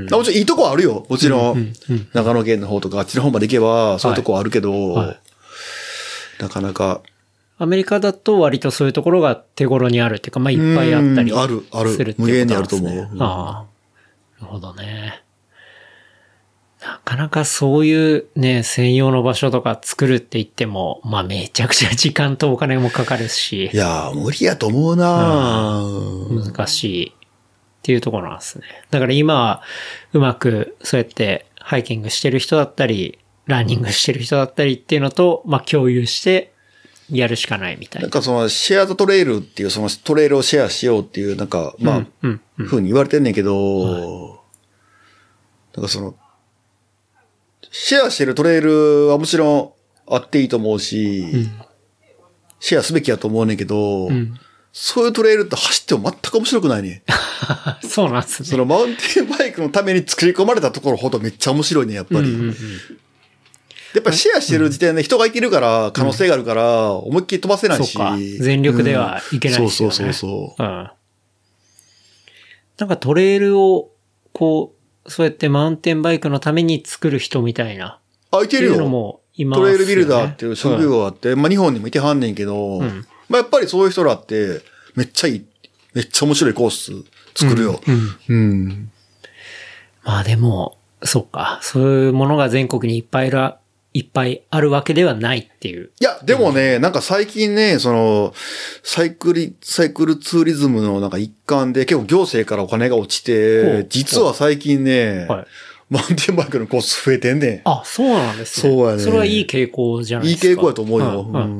もちろんいいとこあるよ。もちろん、うんうんうん、長野県の方とかあっちの方まで行けばそういうとこあるけど、はいはい、なかなか。 アメリカだと割とそういうところが手頃にあるっていうか、まあいっぱいあったりするっていうことなんですね。 ある、ある。無限にあると思う。うん、 ああ。なるほどね。なかなかそういうね、専用の場所とか作るって言っても、まあめちゃくちゃ時間とお金もかかるし。 いやー、無理やと思うな、 うん、難しいっていうところなんですね。だから今はうまくそうやってハイキングしてる人だったり、ランニングしてる人だったりっていうのと、まあ共有してやるしかないみたいな。 なんかそのシェアザトレイルっていうそのトレイルをシェアしようっていうなんか、まあ、うんうんうん、ふうに言われてんねんけど、はい、なんかその、シェアしてるトレイルはもちろんあっていいと思うし、うん、シェアすべきやと思うねんけど、うん、そういうトレイルって走っても全く面白くないね。 そうなんですね。 そのマウンテンバイクのために作り込まれたところほどめっちゃ面白いね、やっぱり。うんうんうん、やっぱりシェアしてる時点で人がいてるから、可能性があるから、思いっきり飛ばせないし。 そうか。全力ではいけないですよね。 うん、そうそうそうそう。うん。 なんかトレイルを、こう、そうやってマウンテンバイクのために作る人みたいな。 あ、いてるよ。 っていうのもいますよね。 トレイルビルダーっていう職業があって、うん、まあ日本にもいてはんねんけど、うん、まあやっぱりそういう人らって、めっちゃいい、めっちゃ面白いコース作るよ。うん。うんうん、 まあでも、そうか。そういうものが全国にいっぱいいる、いっぱいあるわけではないっていう。 いや、でもね、なんか最近ね、その、サイクリ、サイクルツーリズムのなんか一環で結構行政からお金が落ちて、実は最近ね、はい、マウンテンバイクのコース増えてんねん。 あ、そうなんですね。 そうやね。 それはいい傾向じゃないですか。 いい傾向やと思うよ。うんうん、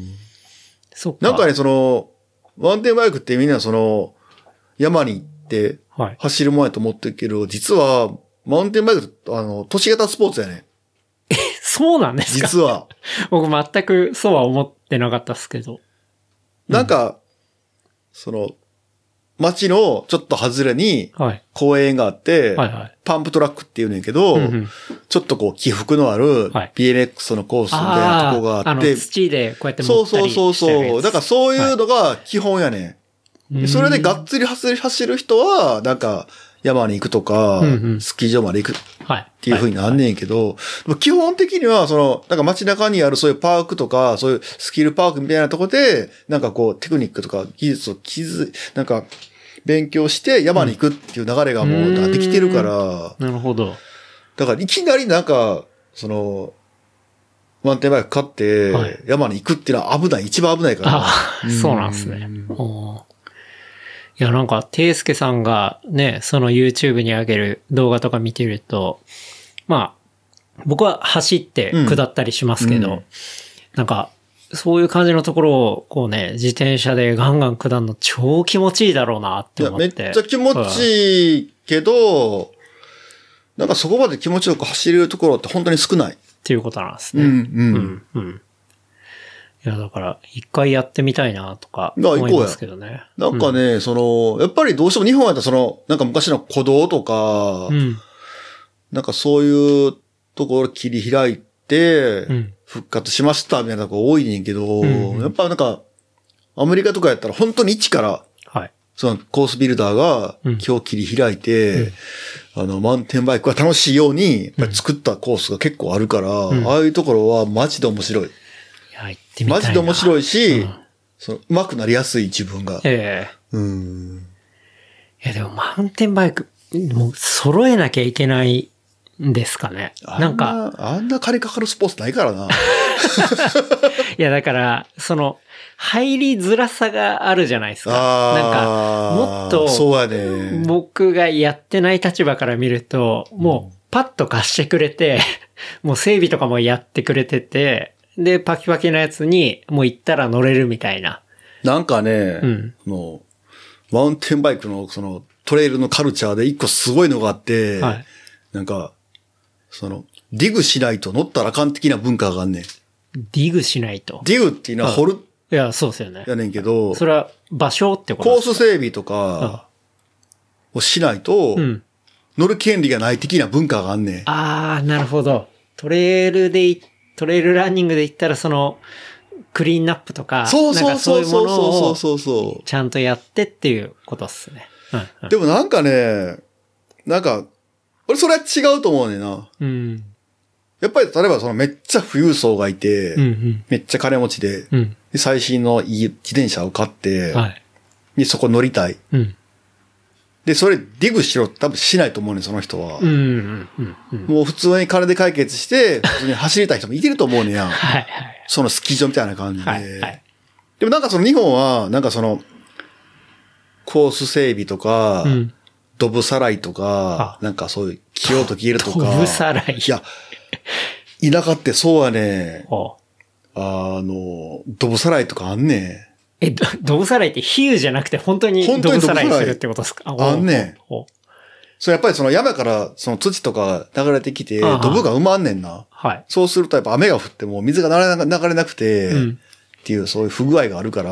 そっか。なんかね、その、マウンテンバイクってみんなその、山に行って走るもんやと思ってるけど、はい、実は、マウンテンバイクって、あの、都市型スポーツやね。 え、そうなんですか？ 実は。 僕全くそうは思ってなかったですけど。 なんか、うん、その、街のちょっと外れに公園があって、はいはいはい、パンプトラックって言うねんけど、うんうん、ちょっとこう起伏のある ビーエムエックス のコースみたいなとこがあって、 あの土でこうやって持ったりしてるやつ。 そうそうそうそう。だからそういうのが基本やねん。はい、それでがっつり走る、走る人は、なんか山に行くとか、うんうん、スキー場まで行くっていう風になんねんけど、はいはいはい、基本的にはその、なんか街中にあるそういうパークとか、そういうスキルパークみたいなとこで、なんかこうテクニックとか技術を築、なんか勉強して山に行くっていう流れがもうできてるから、 うん、なるほど。 だからいきなりなんか、その、マウンテンバイク買って山に行くっていうのは危ない、一番危ないから。 ああ、そうなんですね。いや、なんか、ていすけさんがね、その YouTube に上げる動画とか見てると、まあ、僕は走って下ったりしますけど、うんうん、なんか、そういう感じのところを、こうね、自転車でガンガン下るの超気持ちいいだろうなって思って。 いや、めっちゃ気持ちいいけど、うん、なんかそこまで気持ちよく走れるところって本当に少ない。 っていうことなんですね。 うん、うん。 うん、うん。いや、だから、一回やってみたいなとか思いますけどね。 なんかね、うん、その、やっぱりどうしても日本やったらその、なんか昔の古道とか、うん、なんかそういうところ切り開いて、復活しましたみたいなとこ多いねんけど、うん、やっぱなんか、アメリカとかやったら本当に一から、はい、そのコースビルダーが今日切り開いて、うん、あの、マウンテンバイクが楽しいように、やっぱり作ったコースが結構あるから、うん、ああいうところはマジで面白い。 行ってみたいな。 マジで面白いし、うん、その上手くなりやすい自分が。 ええー。うん。 いやでもマウンテンバイク、もう揃えなきゃいけないんですかね。なんか。 あんな金かかるスポーツないからな。 いやだから、その、入りづらさがあるじゃないですか。なんか、もっと、 そうやね。 僕がやってない立場から見ると、もうパッと貸してくれて、もう整備とかもやってくれてて、で、パキパキのやつに、もう行ったら乗れるみたいな。 なんかね、うん、もう、マウンテンバイクのそのトレイルのカルチャーで一個すごいのがあって、はい、なんか、その、ディグしないと乗ったらあかん的な文化があんねん。 ディグしないと。 ディグっていうのは掘る。 いや、そうですよね。 やねんけど、 それは場所ってことですか？コース整備とかをしないと、うん、乗る権利がない的な文化があんねん。 あー、なるほど。トレイルで行って、トレイルランニングで言ったらその、 クリーンナップとか、 そうそうそうそうそうそうそう。 ちゃんとやってっていうことっすね。うんうん、 でもなんかね、なんか、俺それは違うと思うねんな。 うん。 やっぱり例えばそのめっちゃ富裕層がいて、 うんうん、 めっちゃ金持ちで、 うん、 で最新のいい自転車を買って、 はい、 でそこ乗りたい。 うん、 で、それディグしろって多分しないと思うねん、その人は。 うんうんうんうん、 もう普通に金で解決して、普通に走りたい人もいてると思うねんや。 はいはい、 そのスキー場みたいな感じで。 はいはい、 でもなんかその日本は、なんかその、コース整備とか、うん、ドブさらいとか、なんかそういう、気をと消えるとか。 ドブさらい。 いや、田舎ってそうやね。あの、ドブさらいとかあんねん。え、ド、ドブさらいって比喩じゃなくて本当にドブさらいするってことですか？ あんねん。それやっぱりその山からその土とか流れてきて、ドブが埋まんねんな。はい。そうするとやっぱ雨が降っても水が流れなくて、うん、っていうそういう不具合があるから。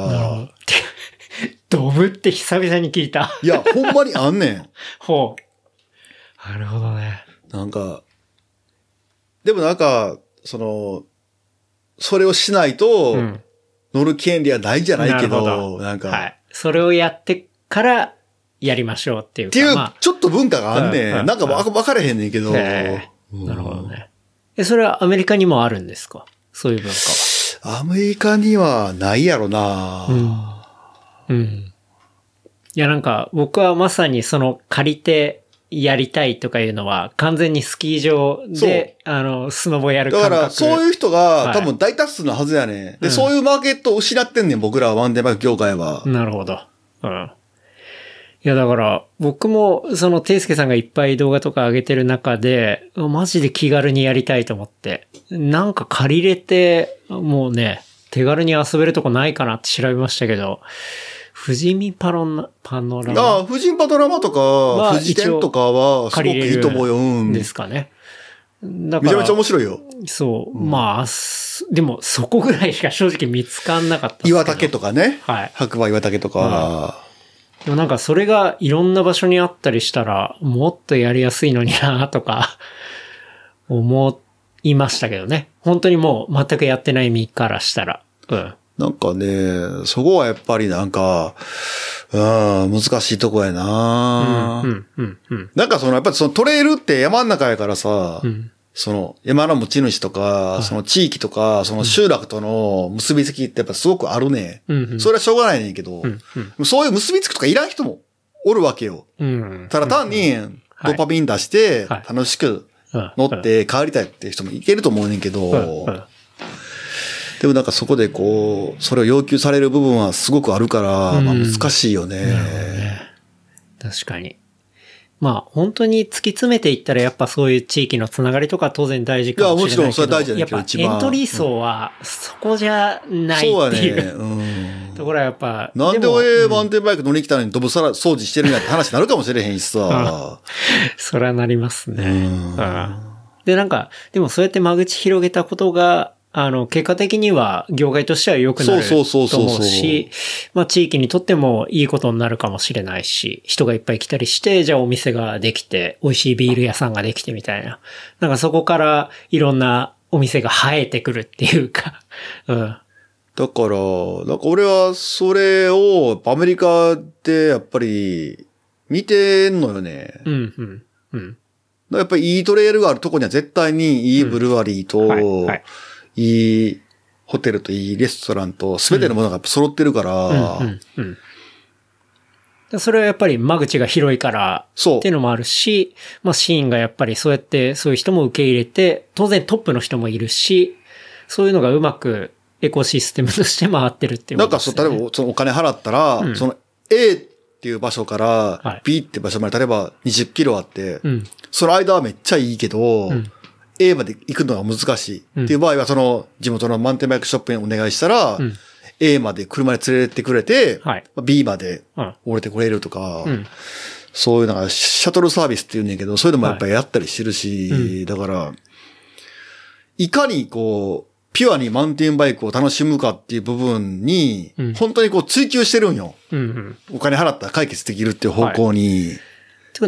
ドブって久々に聞いた。 いや、ほんまにあんねん。 ほう。なるほどね。 なんか、でもなんか、その、それをしないと、乗る権利はないじゃないけど、うん、な, なんか、はい。 それをやってからやりましょうっていうか。 っていう、 まあ、 ちょっと文化があんねん。うん、なんかわかれへんねんけど。 えー、なるほどね。え、それはアメリカにもあるんですか？そういう文化は。アメリカにはないやろな、 うん。うん。いやなんか僕はまさにその借りてやりたいとかいうのは完全にスキー場であのスノボやる感覚。 だからそういう人が多分大多数のはずやね、はい、で、うん、そういうマーケットを失ってんねん僕らはワンデーバイク業界は。 なるほど。うん。いやだから僕もそのていすけさんがいっぱい動画とか上げてる中でマジで気軽にやりたいと思ってなんか借りれてもうね手軽に遊べるとこないかなって調べましたけど。富士見パロナ、パノラマ。 ああ、富士見パノラマとか、富士店とかは、すごくいいと思うよ。うん。 ですかね。だからめちゃめちゃ面白いよ。 そう。うん、まあ、でも、そこぐらいしか正直見つかんなかった。 岩竹とかね。 はい。 白馬岩竹とか、 うん。でもなんか、それがいろんな場所にあったりしたら、もっとやりやすいのになとか、思いましたけどね。本当にもう、全くやってない身からしたら。うん。 なんかね、そこはやっぱりなんか、うん、難しいとこやな、うんうんうん、なんかその、やっぱりそのトレイルって山の中やからさ、うん、その山の持ち主とか、はい、その地域とか、その集落との結びつきってやっぱすごくあるね。うんうん、それはしょうがないねんけど、うんうん、そういう結びつきとかいらん人もおるわけよ。うん、ただ単にドパミン出して楽しく乗って帰りたいっていう人もいけると思うねんけど、うんうんでもなんかそこでこう、それを要求される部分はすごくあるから、うん、まあ難しいよね。 ね。確かに。まあ本当に突き詰めていったらやっぱそういう地域のつながりとか当然大事かもしれないけど。いやもちろんそれは大事だね。やっぱエントリー層はそこじゃないっていう。そうだね。うん。ところはやっぱ。 なんで俺マウンテンバイク乗りに来たのにドブさら掃除してるんやって話になるかもしれへんしさ。 それはなりますね。うん。でなんか、でもそうやって間口広げたことが、あの、結果的には業界としては良くなると思うし、まあ地域にとってもいいことになるかもしれないし、人がいっぱい来たりして、じゃあお店ができて、美味しいビール屋さんができてみたいな。なんかそこからいろんなお店が生えてくるっていうか、うん。 だから、なんか俺はそれをアメリカでやっぱり見てんのよね。 うん、うん、うん。 やっぱりいいトレイルがあるとこには絶対にいいブルワリーと、うんはいはいいいホテルといいレストランと全てのものが揃ってるから、うんうんうんうん、それはやっぱり間口が広いからっていうのもあるし、まあシーンがやっぱりそうやってそういう人も受け入れて、当然トップの人もいるし、そういうのがうまくエコシステムとして回ってるっていう、 ね。なんかそう、例えばそのお金払ったら、うん、その A っていう場所から B っていう場所まで例えばにじゅっキロあって、うん、その間はめっちゃいいけど、うんA まで行くのは難しい、うん、っていう場合はその地元のマウンテンバイクショップにお願いしたら、うん、A まで車で連れてってくれて、はい、B まで降りてこれるとか、うん、そういうのがシャトルサービスっていうんだけど、そういうのもやっぱりやったりしてるし、はい、だから、いかにこう、ピュアにマウンテンバイクを楽しむかっていう部分に、本当にこう追求してるんよ。うんうん、お金払ったら解決できるっていう方向に。 はい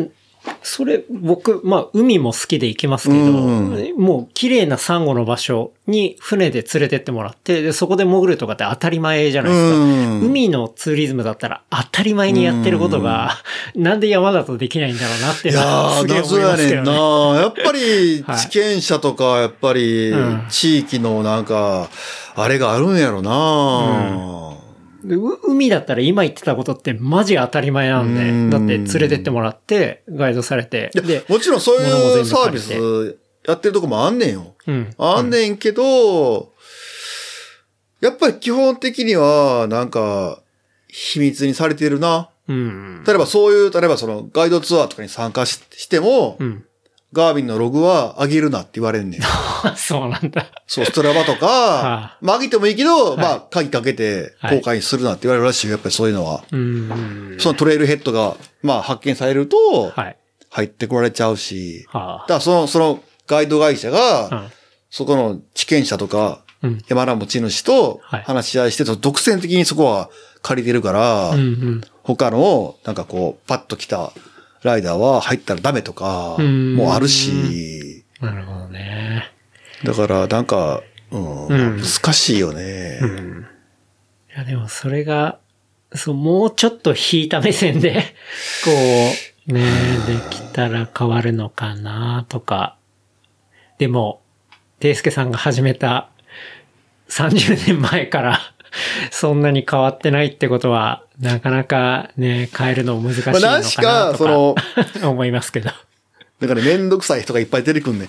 それ、僕、まあ、海も好きで行きますけど、うん、もう綺麗なサンゴの場所に船で連れてってもらって、で、そこで潜るとかって当たり前じゃないですか。うん、海のツーリズムだったら当たり前にやってることが、うん、なんで山だとできないんだろうなっていうのはすげえ思いますけどね。いやー、 謎やねんな。やっぱり、地権者とか、やっぱり、地域のなんか、あれがあるんやろな、うん海だったら今言ってたことってマジ当たり前なんで、んだって連れてってもらって、ガイドされて。 で、もちろんそういうサービスやってるとこもあんねんよ。うん、あんねんけど、うん、やっぱり基本的には、なんか、秘密にされてるな。うん、例えばそういう、例えばそのガイドツアーとかに参加 し, しても、うんガービンのログは上げるなって言われんねん。 そうなんだ。 そう、ストラバとか、はあ、まあ上げてもいいけど、はい、まあ鍵かけて公開するなって言われるらしいよ、やっぱりそういうのは。うんそのトレイルヘッドが、まあ発見されると、入ってこられちゃうし、はい、だからその、そのガイド会社が、はあ、そこの地権者とか、うん、山田持ち主と話し合いして、はい、独占的にそこは借りてるから、うんうん、他の、なんかこう、パッと来た、ライダーは入ったらダメとか、もうあるし。 なるほどね。 だからなんか、うん、うん、難しいよね、うん。 いやでもそれが、そう、もうちょっと引いた目線で、こう、ね、できたら変わるのかなとか。でも、ていすけさんが始めたさんじゅうねんまえから、そんなに変わってないってことは、なかなかね、変えるの難しいのかなとか、まあ、かその思いますけど。 だからめんどくさい人がいっぱい出てくんね。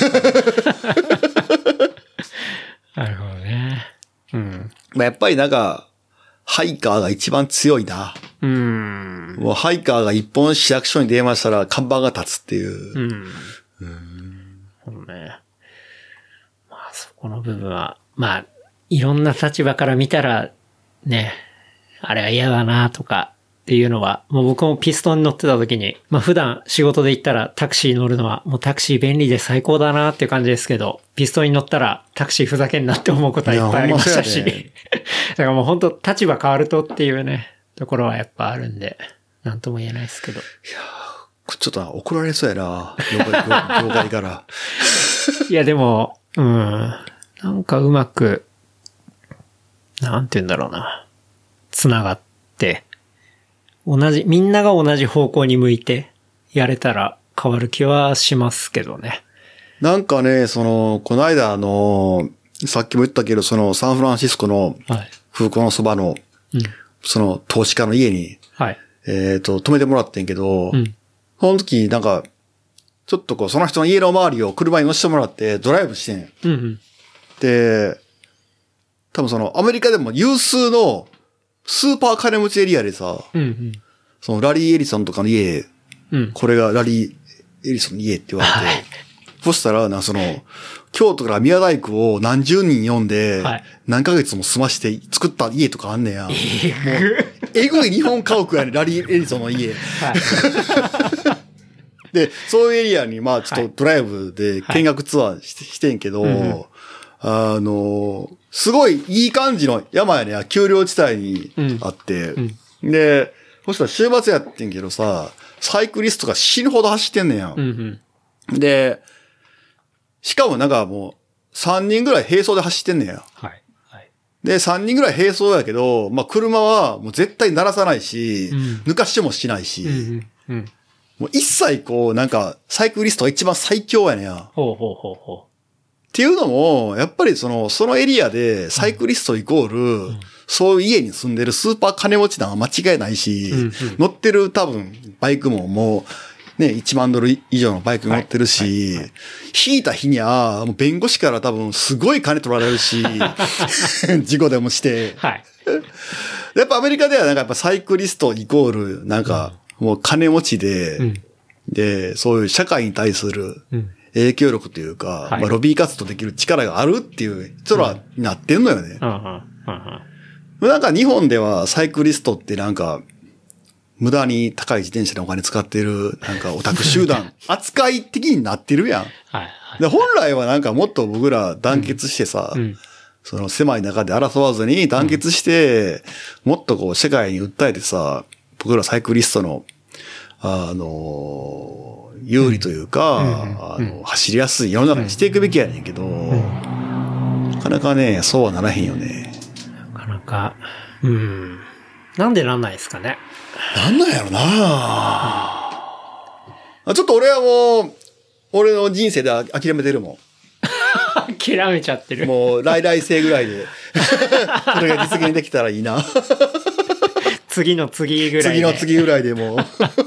なるほどね。うん。 まあ、やっぱりなんか、ハイカーが一番強いな。うん。もうハイカーが一本市役所に電話したら看板が立つっていう。うん。うん。 そうね。まあそこの部分は、まあ、いろんな立場から見たら、ね、あれは嫌だなとかっていうのは、もう僕もピストンに乗ってた時に、まあ普段仕事で行ったらタクシー乗るのはもうタクシー便利で最高だなっていう感じですけど、ピストンに乗ったらタクシーふざけんなって思うことはいっぱいありましたし、ね、だからもう本当立場変わるとっていうね、ところはやっぱあるんで、なんとも言えないですけど。いやー、ちょっと怒られそうやな、業界、業界から。 いやでも、うん、なんかうまく、なんて言うんだろうな。つながって、同じ、みんなが同じ方向に向いてやれたら変わる気はしますけどね。 なんかね、その、この間あの、さっきも言ったけど、そのサンフランシスコの空港のそばの、はい、その投資家の家に、はい、えっと、泊めてもらってんけど、うん、その時なんか、ちょっとこう、その人の家の周りを車に乗せてもらってドライブしてん。うんうん、で、多分そのアメリカでも有数のスーパー金持ちエリアでさ、うんうん、そのラリー・エリソンとかの家、うん、これがラリー・エリソンの家って言われて、はい、そしたらな、その、京都から宮大工を何十人呼んで、はい、何ヶ月も住まして作った家とかあんねや。えぐもうえぐい日本家屋やね、ラリー・エリソンの家。はいで、そういうエリアに、まあ、ちょっとドライブで見学ツアーし て,、はい、してんけど、うんうん、あの、すごいいい感じの山やね、丘陵地帯にあって、うんうん、で、そしたら週末やってんけどさ、サイクリストが死ぬほど走ってんねや、うんうん。で、しかもなんかもう、さんにんぐらい並走で走ってんねや。はいはい、で、さんにんぐらい並走やけど、まあ、車はもう絶対鳴らさないし、うん、抜かしてもしないし、うんうんうんもう一切こう、なんか、サイクリストが一番最強やねや。ほうほうほうほう。っていうのも、やっぱりその、そのエリアでサイクリストイコール、うん、そういう家に住んでるスーパー金持ちなんは間違いないし、うんうん、乗ってる多分、バイクももう、ね、いちまんドル以上のバイク乗ってるし、はいはいはい、引いた日には、もう弁護士から多分すごい金取られるし、事故でもして。はい。やっぱアメリカではなんかやっぱサイクリストイコール、なんか、うんもう金持ちで、うん、で、そういう社会に対する影響力というか、うんまあ、ロビー活動できる力があるっていう人らになってんのよね。うんうんうん、なんか日本ではサイクリストってなんか、無駄に高い自転車でお金使ってる、なんかオタク集団、扱い的になってるやん、はいはい。で。本来はなんかもっと僕ら団結してさ、うんうんその狭い中で争わずに団結して、もっとこう世界に訴えてさ、僕らサイクリストの、 あの、有利というか、うんあの、走りやすい世の中にしていくべきやねんけど、うん、なかなかね、そうはならへんよね。 なかなか、うん。なんでなんないですかね。 なんなんやろな、うん、ちょっと俺はもう、俺の人生で諦めてるもん。 諦めちゃってる。 もう、来来世ぐらいで。それが実現できたらいいな。 次の次ぐらいで。 次の次ぐらいでもう。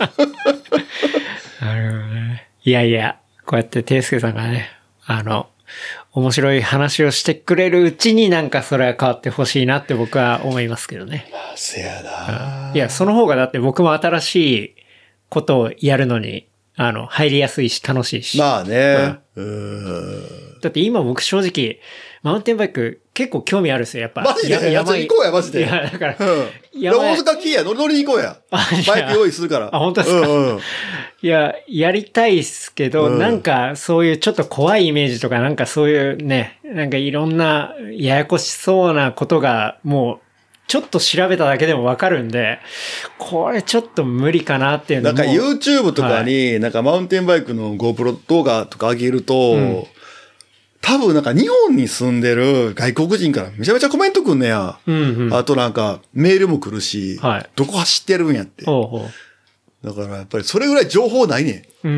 なるほどね。いやいや、こうやってていすけさんがね、あの、面白い話をしてくれるうちになんかそれは変わってほしいなって僕は思いますけどね。 まあ、せやな。 いや、その方がだって僕も新しいことをやるのに、あの、入りやすいし楽しいし。 まあね。 うん、うーだって今僕正直、マウンテンバイク結構興味あるんですよ、やっぱ。 マジで山行こうや、マジで。 いや、だから。 うん。大阪来や、乗り乗りに行こうや。バイク用意するから。 あ、本当ですか、うんうん、いや、やりたいっすけど、うん、なんかそういうちょっと怖いイメージとか、なんかそういうね、なんかいろんなややこしそうなことがもう、ちょっと調べただけでもわかるんで、これちょっと無理かなっていうのも。 なんか YouTube とかに、なんかマウンテンバイクの GoPro 動画とか上げると、うん、多分なんか日本に住んでる外国人からめちゃめちゃコメントくんねや。うんうん、あとなんかメールも来るし、はい、どこ走ってるんやって。ほうほうだからやっぱりそれぐらい情報ないねん。うん、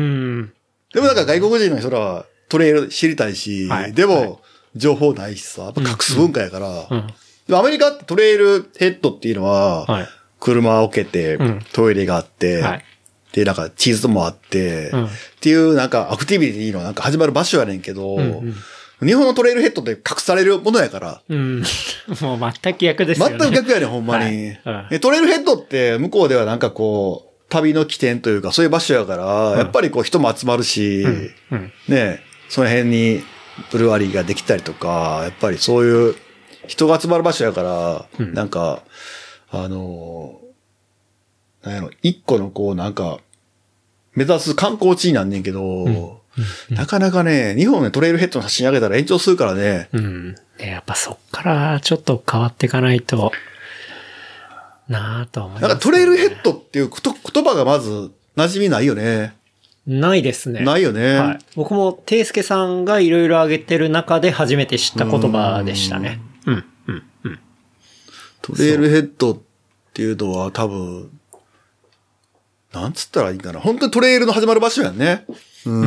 でもなんか外国人の人らはトレイル知りたいし、はい、でも情報ないしさ、やっぱ隠す文化やから、うんうんうん、アメリカってトレイルヘッドっていうのは、はい、車を置けて、うん、トイレがあって、はい、で、なんか地図もあって、うん、っていうなんかアクティビティのなんか始まる場所やねんけど、うんうん、日本のトレイルヘッドって隠されるものやから。 うん、もう全く逆ですよね。 全く逆やねん、ほんまに、はいうん。トレイルヘッドって向こうではなんかこう、旅の起点というかそういう場所やから、うん、やっぱりこう人も集まるし、うんうん、ね、その辺にブルワリーができたりとか、やっぱりそういう人が集まる場所やから、うん、なんか、あの、なんやろ、一個のこうなんか、目指す観光地になんねんけど、うんうんうん、なかなかね、日本でトレイルヘッドの写真上げたら延長するからね。 うん。やっぱそっからちょっと変わっていかないと、なぁと思います、ね。 なんかトレイルヘッドっていう言葉がまず馴染みないよね。 ないですね。 ないよね。はい。 僕もていすけさんがいろいろ上げてる中で初めて知った言葉でしたね。うん、うん、うん。 トレイルヘッドっていうのは多分、なんつったらいいかな。本当にトレイルの始まる場所やんね。うん。うん、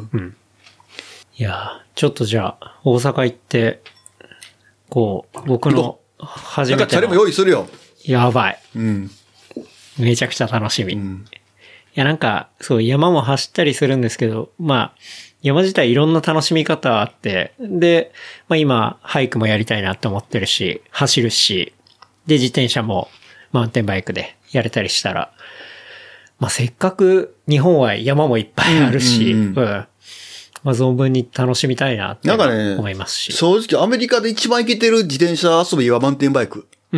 うん。 いやー、ちょっとじゃあ、大阪行って、こう、僕の初めての。なんかチャリも用意するよ。 やばい。 うん。 めちゃくちゃ楽しみ。うん、いや、なんか、そう、山も走ったりするんですけど、まあ、山自体いろんな楽しみ方あって、で、まあ今、ハイクもやりたいなって思ってるし、走るし、で、自転車もマウンテンバイクでやれたりしたら、まあせっかく日本は山もいっぱいあるし、うん、うんうん、まあ存分に楽しみたいなって思いますし。 なんかね、正直アメリカで一番行けてる自転車遊びはマウンテンバイク。 うん。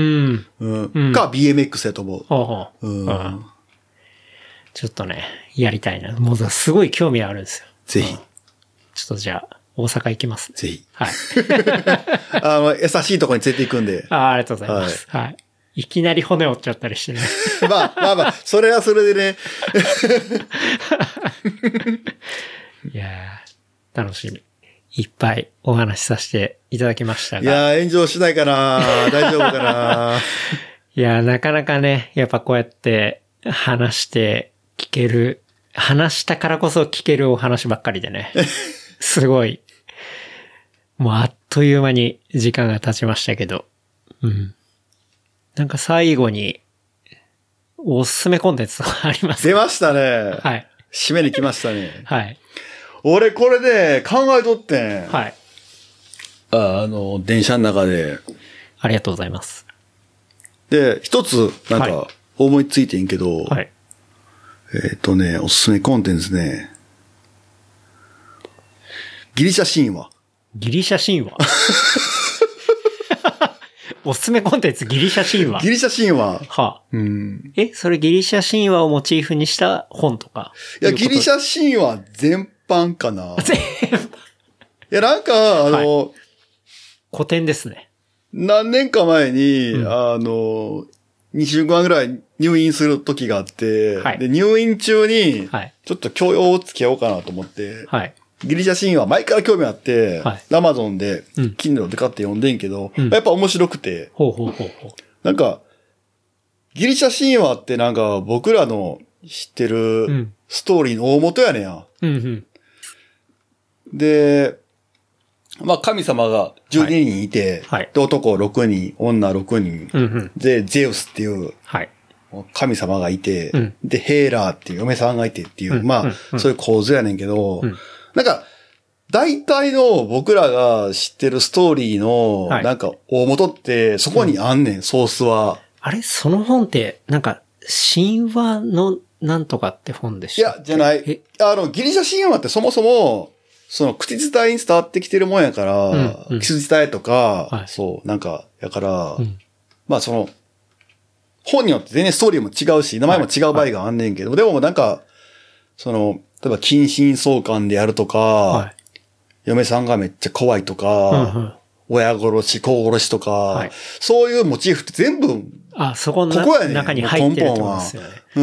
うん。うん、か ビーエムエックス やと思う。 ほうほう。うん。うん、ちょっとね、やりたいな。もうすごい興味あるんですよ。 ぜひ。 うん、ちょっとじゃあ、大阪行きます、ね。 ぜひ。 はい。 あの、優しいところに連れて行くんで。 ああ、ありがとうございます。はい。はい、いきなり骨折っちゃったりしてね。 まあまあまあ、それはそれでね。 いやー、楽しみ。いっぱいお話しさせていただきましたが。 いやー、炎上しないかな大丈夫かないやー、なかなかね、やっぱこうやって話して聞ける、話したからこそ聞けるお話ばっかりでね。すごい。もうあっという間に時間が経ちましたけど。うん。なんか最後に、おすすめコンテンツとかありますか？ 出ましたね。 はい。 締めに来ましたね。 はい。 俺これで考えとってん。 はい。 あ、あの、電車の中で。 ありがとうございます。 で、一つ、なんか、思いついてんけど、 はい。 えっとね、おすすめコンテンツね。ギリシャ神話。 ギリシャ神話おすすめコンテンツギリシャ神話。 ギリシャ神話。 はあ、 うん。 え、それギリシャ神話をモチーフにした本とかいや、ギリシャ神話全般かな。全般いや、なんか、あの、 はい、古典ですね。 何年か前に、うん、あの、 にしゅうかんぐらい入院する時があって、はい、で、入院中に、ちょっと教養をつけようかなと思って、はい、ギリシャ神話前から興味あって、はい、アマゾンで、Kindle で買って読んでんけど、うん、やっぱ面白くて、 ほうほうほうほうなんか、ギリシャ神話ってなんか僕らの知ってるストーリーの大元やねや。うんうんで、まあ神様がじゅうににんいて、はい、で男ろくにん、女ろくにん、うんうん、で、ゼウスっていう神様がいて、はい、で、ヘーラーっていう嫁さんがいてっていう、うん、まあ、うんうん、そういう構図やねんけど、うん、なんか、大体の僕らが知ってるストーリーの、なんか大元ってそこにあんねん、うん、ソースは。 あれその本って、なんか、神話のなんとかって本でした？ いや、じゃない。あの、ギリシャ神話ってそもそも、その、口伝えに伝わってきてるもんやから、うんうん、口伝えとか、はい、そう、なんか、やから、うん、まあその、本によって全然ストーリーも違うし、名前も違う場合があんねんけど、はい、でもなんか、その、例えば、近親相関であるとか、はい、嫁さんがめっちゃ怖いとか、うんうん、親殺し、子殺しとか、はい、そういうモチーフって全部、 あ、そこのここやね中に入ってるってことですよね。うん。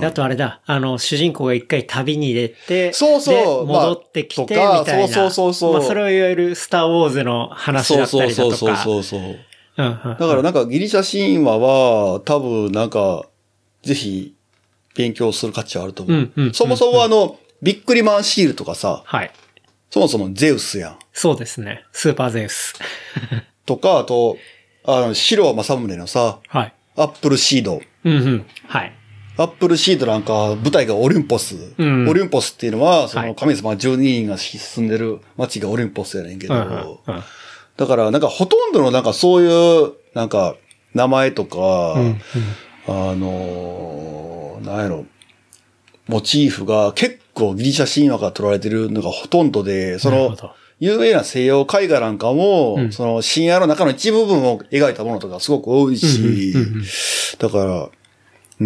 あとあれだ、あの、主人公が一回旅に出て、 そうそう。 で、戻ってきて、まあ、みたいな。そうそうそうそう。まあ、それをいわゆるスターウォーズの話だったりだとか。そうそうそうそう。うんうんうん、 だからなんかギリシャ神話は、多分なんか、ぜひ、勉強する価値はあると思う。うんうんうんうん、そもそもあの、ビックリマンシールとかさ、はい。そもそもゼウスやん。 そうですね。スーパーゼウス。 とか、あと、あの、白正宗のさ、はい。アップルシード。 うんうん。はい。 アップルシードなんか、舞台がオリンポス。うん、オリンポスっていうのは、その神様じゅうににんが住んでる街がオリンポスやねんけど、うんうんうん、だからなんかほとんどのなんかそういう、なんか、名前とか、うんうん、あのー、なんやろ、モチーフが結構ギリシャ神話から取られてるのがほとんどで、その、有名な西洋絵画なんかも、うん、その神話の中の一部分を描いたものとかすごく多いし、うんうんうんうん、だから、うん、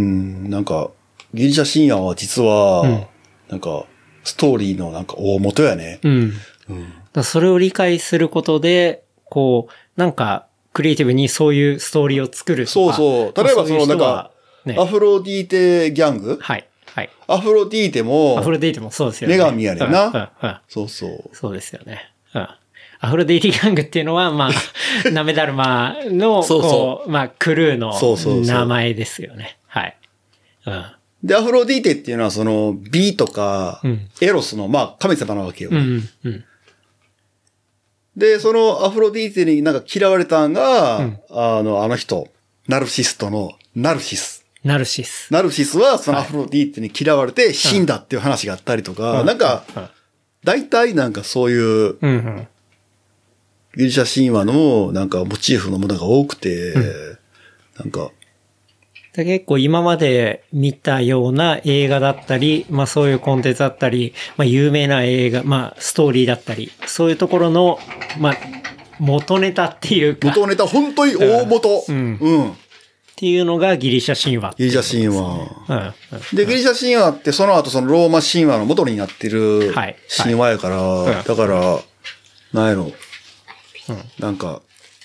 なんか、ギリシャ神話は実は、うん、なんか、ストーリーのなんか大元やね。うん。 うん、だそれを理解することで、こう、なんか、クリエイティブにそういうストーリーを作るとか。 そうそう。例えばそのなんか、ね、アフロディーテギャングはい。はい。 アフロディーテも、 アフロディーテもそうですよね。 女神やねんな。 うんうんうん。 そうそう。 そうですよね。うん。アフロディーテギャングっていうのは、まあ、ナメダルマの、そうそう。まあ、クルーの名前ですよね。はい。うん。 で、アフロディーテっていうのは、その、美とか、うん、エロスの、まあ、神様なわけよ。うん、うん。で、そのアフロディーテになんか嫌われたんが、うん、あの、あの人、ナルシストの、ナルシス。 ナルシス。 ナルシスはそのアフロディーテに嫌われて死んだっていう話があったりとか、うん、なんか、大体なんかそういう、うんうん、ギリシャ神話のなんかモチーフのものが多くて、うん、なんか、 結構今まで見たような映画だったり、まあそういうコンテンツだったり、まあ有名な映画、まあストーリーだったり、そういうところの、まあ元ネタっていうか。 元ネタ、本当に大元。うん。うん。 っていうのがギリシャ神話、ね。 ギリシャ神話。うん。で、ギリシャ神話ってその後そのローマ神話の元になってる神話やから、はいはい、だから、なんやろ。うん。なんか、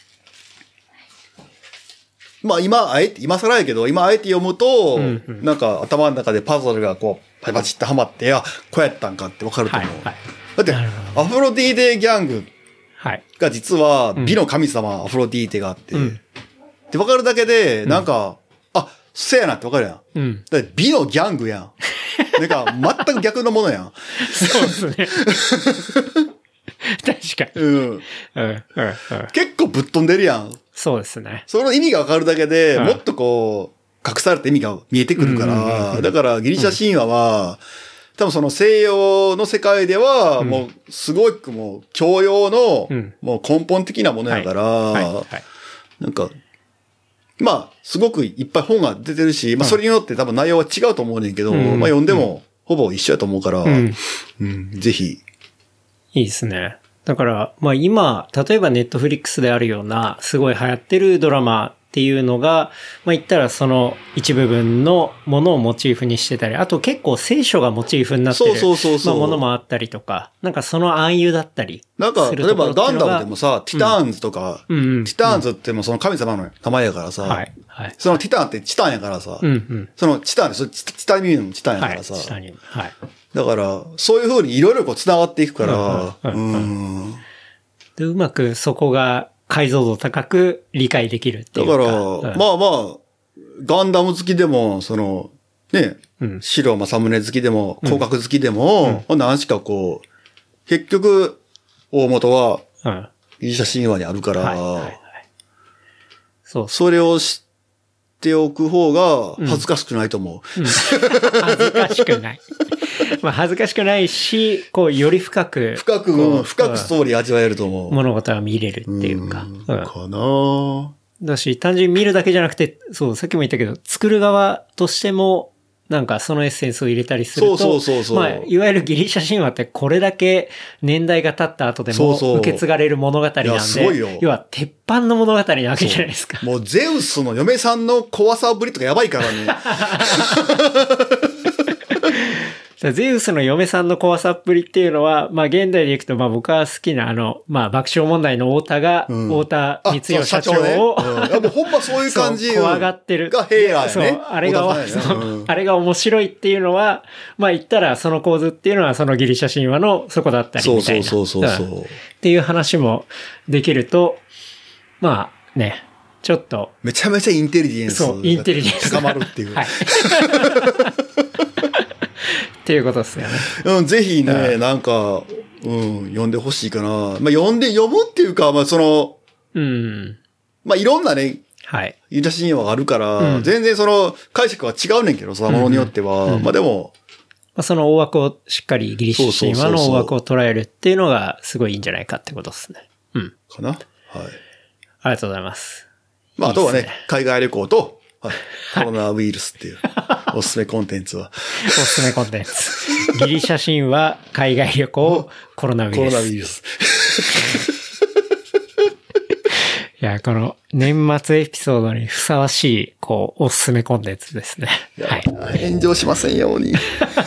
まあ今、あえて、今更やけど、今あえて読むと、うんうん、なんか頭の中でパズルがこう、パチパチってはまって、あ、こうやったんかってわかると思う。はいはい、だって、アフロディーテギャングが実は美の神様、アフロディーテがあって、うん、ってわかるだけで、なんか、うん、あ、せやなってわかるやん。うん、だって美のギャングやん。なんか、全く逆のものやん。 そうですね。確かに、うんうんうん。 結構ぶっ飛んでるやん。 そうですね。 その意味がわかるだけで、うん、もっとこう、隠された意味が見えてくるから、だからギリシャ神話は、うん、多分その西洋の世界では、もうすごくもう教養の、もう根本的なものやから、はいはいはい、なんか、まあ、すごくいっぱい本が出てるし、まあそれによって多分内容は違うと思うねんけど、うん、まあ読んでもほぼ一緒やと思うから、うんうん、ぜひ。 いいですね。だから、まあ今、例えばネットフリックスであるような、すごい流行ってるドラマっていうのが、まあ言ったらその一部分のものをモチーフにしてたり、あと結構聖書がモチーフになってるそうそうそうそうまあものもあったりとか、なんかその暗喩だったり。 なんか、例えばガンダムでもさ、ティターンズとか、 うんうんうん、 ティターンズってもうその神様の名前やからさ、 はいはい、 そのティターンってチタンやからさ、 うんうん、 そのチタンで、チタニウムのチタンやからさ、 はい、チタニウム、はい。 だから、そういう風にいろいろこう繋がっていくから、うん、うん、 で、うまくそこが解像度高く理解できるっていうか。 だから、うん、まあまあ、ガンダム好きでも、その、ね、うん、白正宗好きでも、広角好きでも、うん、何しかこう、結局、大元は、ギリシャ神話にあるから、はいはいはい、そうそれを知っておく方が恥ずかしくないと思う。 うんうん、恥ずかしくない。まあ恥ずかしくないし、こう、より深く。 深く、うん、深くストーリー味わえると思う。 物事が見れるっていうか。うん、 かなぁ。 だし、単純に見るだけじゃなくて、そう、さっきも言ったけど、作る側としても、なんかそのエッセンスを入れたりすると、 そうそうそうそう。 まあ、いわゆるギリシャ神話ってこれだけ年代が経った後でも受け継がれる物語なんで、そうそうすごいよ。要は鉄板の物語なわけじゃないですか。 もうゼウスの嫁さんの怖さぶりとかやばいからね。 ゼウスの嫁さんの怖さっぷりっていうのは、まあ現代でいくと、まあ僕は好きなあの、まあ爆笑問題の太田が、うん、太田光代社長を、ね、うん、 いやもうほんまそういう感じ怖がってる。 が平和やね。 そう、あれが、ね、そう、うん、あれが面白いっていうのは、まあ言ったらその構図っていうのはそのギリシャ神話のそこだったりみたいな。 そうそうそうそう、 うん。っていう話もできると、まあね、ちょっと。 めちゃめちゃインテリジェンス。 そう、インテリジェンス。 高まるっていう。はい。 っていうことですよね。 うん、ぜひね、うん、なんか、うん、読んでほしいかな。まあ、読んで、読むっていうか、まあ、その、 うん。 まあ、いろんなね、 はい。 ギリシャ神話があるから、うん、全然その、解釈は違うねんけど、そのものによっては。うんうん、まあ、でも、 まあ、その大枠をしっかりギリシャ神話の大枠を捉えるっていうのが、すごいいいんじゃないかってことですね。うん。 かな。はい。 ありがとうございます。 まあ、あとはね、海外旅行と、はい、コロナウイルスっていう、おすすめコンテンツは。 おすすめコンテンツ。ギリシャ神話、海外旅行、コロナウイルス。 コロナウイルス。 いや、この年末エピソードにふさわしい、こう、おすすめコンテンツですね。はい。 炎上しませんように。い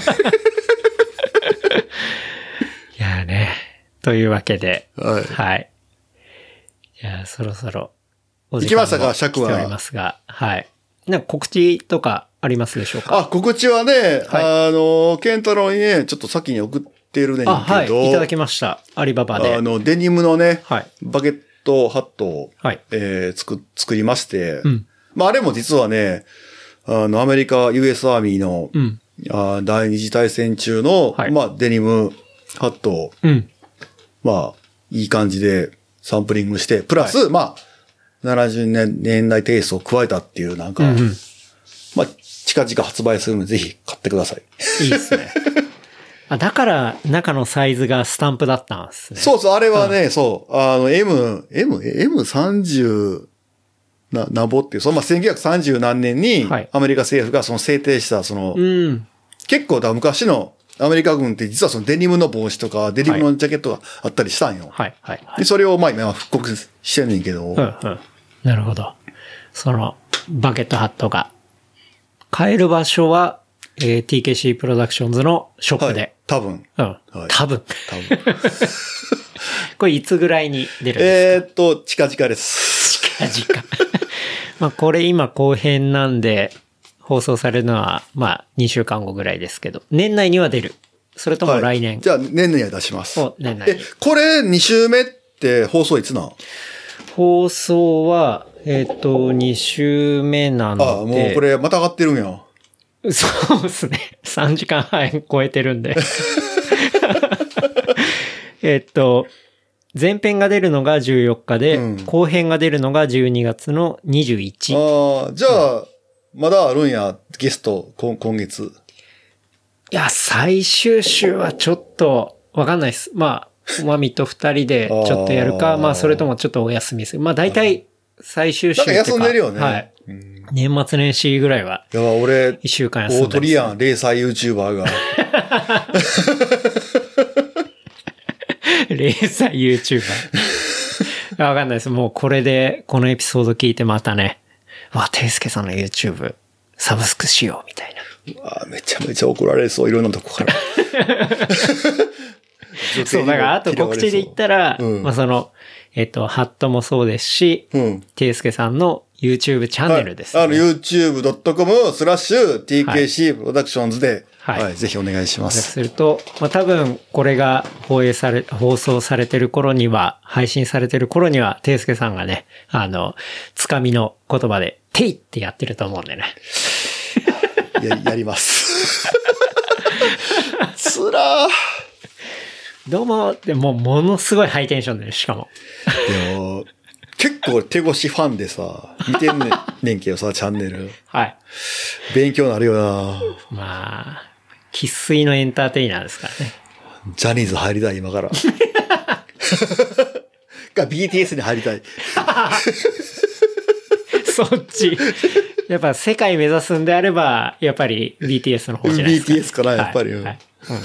やね。というわけで。 はい。 はい。いや、そろそろ。 行きましたか、尺は。 来ておりますが。はい。なんか告知とかありますでしょうか？ あ、告知はね、はい、あの、ケンタロウにね、ちょっと先に送ってるねんけど。あ、 はい。いただきました。アリババで。 あの、デニムのね、 はい、 バゲットハットを、はい、えー、作、作りまして、うん、まあ、あれも実はね、あの、アメリカ ユーエス アーミーの、うん、あ第二次大戦中の、はい、まあ、デニムハットを、うん、まあ、いい感じでサンプリングして、プラス、はい、まあ、ななじゅうねんだいテイストを加えたっていう、なんか、うんうん、まあ、近々発売するので、ぜひ買ってください。 いいですね。あ、だから、中のサイズがスタンプだったんですね。 そうそう、あれはね、うん、そう、あの、M、M、エムさんじゅう な、なぼっていう、その、まあ、せんきゅうひゃくさんじゅう何年に、アメリカ政府がその制定した、その、うん、結構だ、昔のアメリカ軍って実はそのデニムの帽子とか、デニムのジャケットがあったりしたんよ。 はい、はい、はい。 で、それを、まあ、今復刻してんねんけど、 うん、うん。なるほど。その、バケットハットが。買える場所は、えー、ティーケーシー プロダクションズのショップで。はい、 多分。 うん。はい、多分。多分。これいつぐらいに出るんですか？ えーっと、近々です。 近々。まあ、これ今後編なんで、放送されるのは、まあ、にしゅうかんごぐらいですけど、年内には出る。それとも来年。はい、 じゃあ、年内には出します。 お、年内に。 え、これに週目って放送いつなん？ 放送は、えっと、に週目なので。 ああ、もうこれまた上がってるんや。 そうですね。さんじかんはん超えてるんで。えっと、前編が出るのがじゅうよっかで、うん、後編が出るのがじゅうにがつのにじゅういち。 ああ、じゃあ、うん、まだあるんや、ゲスト、今今月。 いや、最終週はちょっと、わかんないです。まあ、おまみと二人でちょっとやるか、あまあそれともちょっとお休みする。まあ大体最終週っていうか。 なんか休んでるよね。 はい。うん、年末年始ぐらいは。 いや、俺、 一週間休んでる。 大鳥やん、零細 YouTuber が。 零細 YouTuber。わかんないです。もうこれで、このエピソード聞いてまたね、 あ、ていすけさんの YouTube サブスクしようみたいな。 あ、めちゃめちゃ怒られそう、いろんなとこから。 そう、だからあと告知で言ったら、うん、まあその、えっと、ハットもそうですし、うん、ていすけさんの YouTube チャンネルですね。 はい、あの、ユーチューブドットコム スラッシュ ティーケーシー プロダクションズで、はい、はい、ぜひお願いします。 すると、まあ多分これが放映され、放送されてる頃には、配信されてる頃には、ていすけさんがね、あの、つかみの言葉で、ていってやってると思うんでね。 や、やります。つらー。 どうも、でもものすごいハイテンションで、しかも。 でも、結構手越しファンでさ、見てんねん、ねんけどさ、チャンネル。はい。勉強になるよな。 まあ、生粋のエンターテイナーですからね。 ジャニーズ入りたい、今から。か、ビーティーエス に入りたい。 そっち。やっぱ世界目指すんであれば、やっぱり ビーティーエス の方じゃないですか、ね。ビーティーエス かな、やっぱり。はいはい、うん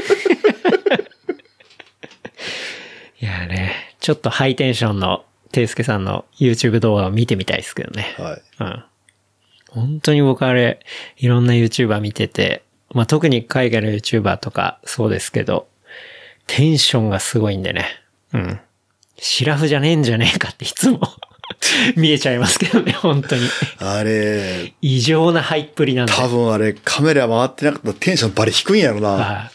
いやね、ちょっとハイテンションのていすけさんの YouTube 動画を見てみたいですけどね。はい。うん。本当に僕あれ、いろんな YouTuber 見てて、まあ、特に海外の YouTuber とかそうですけど、テンションがすごいんでね。うん。シラフじゃねえんじゃねえかっていつも見えちゃいますけどね、本当に。 あれ、 異常なハイっぷりなんで。 多分あれ、カメラ回ってなかったらテンションバリ低いんやろな。 はい。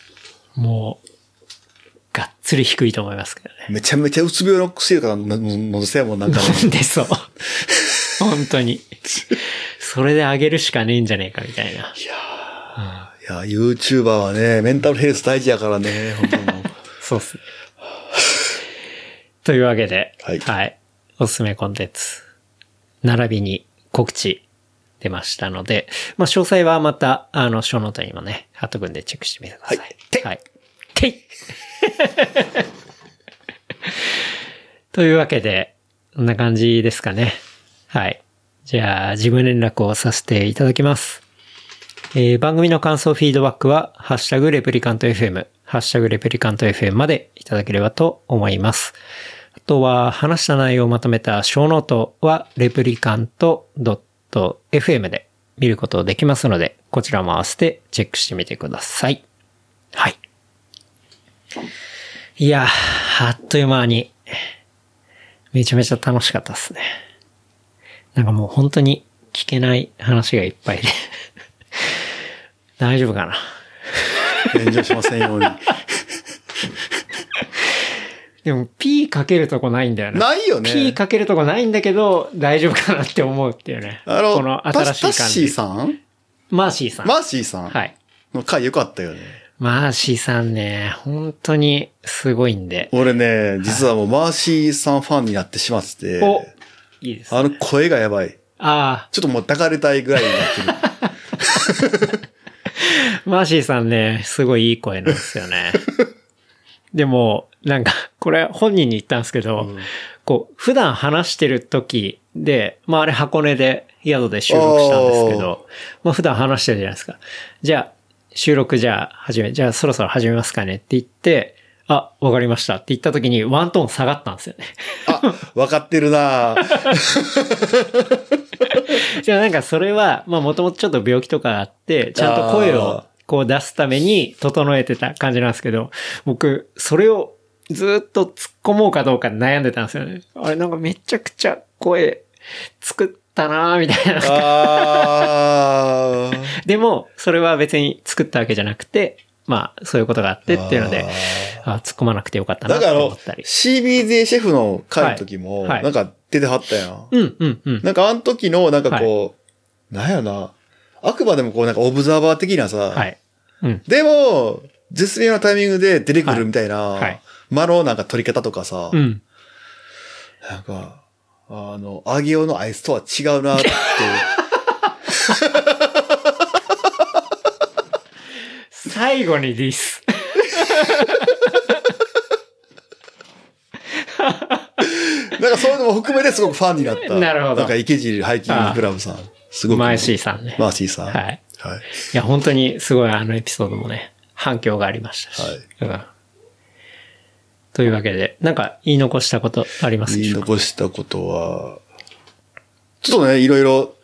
もう、がっつり低いと思いますけどね。 めちゃめちゃうつ病の薬とかのせやもんなんかね。 なんでそう。本当に。それで上げるしかねえんじゃねえかみたいな。いやー、うん、いや、YouTuber はね、メンタルヘルス大事やからね、本当に。 そうっすね。というわけで、はい、はい。おすすめコンテンツ。並びに告知出ましたので、まあ、詳細はまた、あの、ショーノートにもね、貼っとくんでチェックしてみてください。はい。はい。ていというわけで、こんな感じですかね。はい。じゃあ、事務連絡をさせていただきます。えー、番組の感想、フィードバックは、ハッシュタグレプリカント エフエム、ハッシュタグレプリカント エフエム までいただければと思います。あとは、話した内容をまとめた小ノートは、レプリカント エフエム で見ることできますので、こちらも合わせてチェックしてみてください。はい。いや、あっという間に、めちゃめちゃ楽しかったですね。なんかもう本当に聞けない話がいっぱいで。大丈夫かな。 炎上しませんように。 でも P かけるとこないんだよね。 ないよね。 P かけるとこないんだけど、大丈夫かなって思うっていうね。 あの、 この新しい感じ。 タッシーさんマーシーさん。 マーシーさんはい。 の回良かったよね。 マーシーさんね、本当にすごいんで。 俺ね、実はもうマーシーさんファンになってしまってて。 おいいですね。 あの声がやばい。 ああ。 ちょっともう抱かれたいぐらいになってる。 マーシーさんね、すごいいい声なんですよね。でも、なんか、これ本人に言ったんですけど、うん、こう、普段話してる時で、まああれ箱根で宿で収録したんですけど、まあ普段話してるじゃないですか。じゃあ、収録じゃあ始め、じゃあそろそろ始めますかねって言って、あ、わかりましたって言った時にワントーン下がったんですよね。 あ、わかってるなじゃあなんかそれは、まあもともとちょっと病気とかあって、ちゃんと声をこう出すために整えてた感じなんですけど、僕、それをずっと突っ込もうかどうか悩んでたんですよね。あれなんかめちゃくちゃ声作ったなーみたいな。あでも、それは別に作ったわけじゃなくて、まあ、そういうことがあってっていうので、ああ突っ込まなくてよかったなって思ったり。だからシービーゼー シェフの回の時も、はいはい、なんか出てはったやん。 うんうんうん。 なんかあの時の、なんかこう、はい、なんやな、あくまでもこうなんかオブザーバー的なさ、はい。うん、でも、絶妙なタイミングで出てくるみたいな、はいはい、間のなんか取り方とかさ、うん、なんか、あの、アゲオのアイスとは違うなって。 最後にディス。 なんかそういうのも含めてすごくファンになった。 なるほど。 なんか池尻ハイキングクラブさん。すごく。 マーシーさんね。 マーシーさん。はい。はい。いや、本当にすごいあのエピソードもね、反響がありましたし。はい。うん。というわけで、なんか言い残したことありますでしょうか？ 言い残したことは、ちょっとね、いろいろ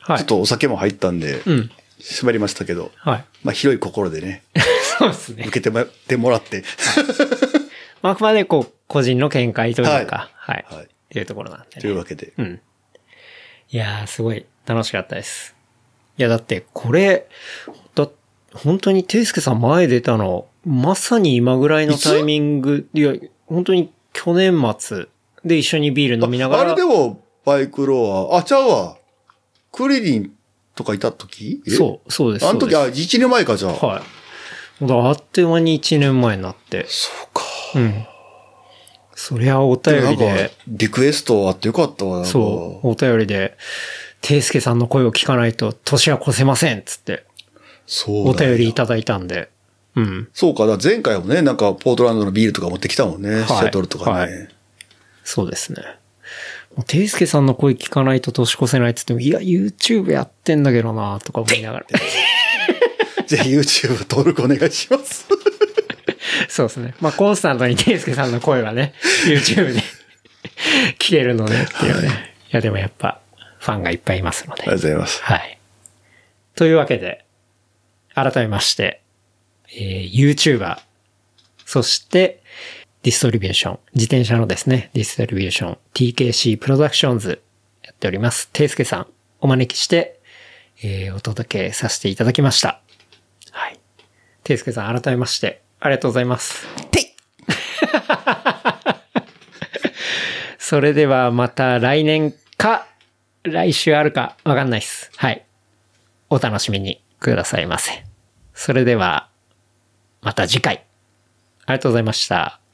はい、ちょっとお酒も入ったんで、うん。縛りましたけど、はい。まあ広い心でね。 そうですね。 受けてもてもらって。 まあ、あくまでこう、個人の見解というか、はい。はい。はい、っていうところなんでね。 というわけで。 うん。いやー、すごい楽しかったです。いや、だってこれ、だ、本当にていすけさん前出たの、まさに今ぐらいのタイミング、いや、本当に去年末で一緒にビール飲みながら。 あ, あれでも、バイクロア、あ、ちゃうわ。クリリンとかいた時そう、そうです。 あの時、あ、いちねんまえか、じゃあ。 はい。あっという間にいちねんまえになって。 そうか。 うん。そりゃお便りで。 リクエストあってよかったわ。 そう、お便りで、ていすけさんの声を聞かないと年は越せませんっつって。そう。お便りいただいたんで。うん。 そうか、だ前回もね、なんかポートランドのビールとか持ってきたもんね。はい、シャトルとかね、はい。そうですね。ていすけさんの声聞かないと年越せないって言っても、いや、YouTube やってんだけどなとか思いながら。 ぜひ YouTube 登録お願いします。 そうですね。まあ、コンスタントにていすけさんの声はね、YouTube で聞けるのでっていうね。はい、いや、でもやっぱ、ファンがいっぱいいますので。 ありがとうございます。 はい。というわけで、改めまして、えー、YouTuber、そして、ディストリビューション、自転車のですね、ディストリビューション、ティーケーシー プロダクションズやっております。ていすけさん、お招きして、えー、お届けさせていただきました。はい。ていすけさん、改めまして、ありがとうございます。ていそれではまた来年か、来週あるかわかんないです。はい。お楽しみにくださいませ。それでは、また次回。ありがとうございました。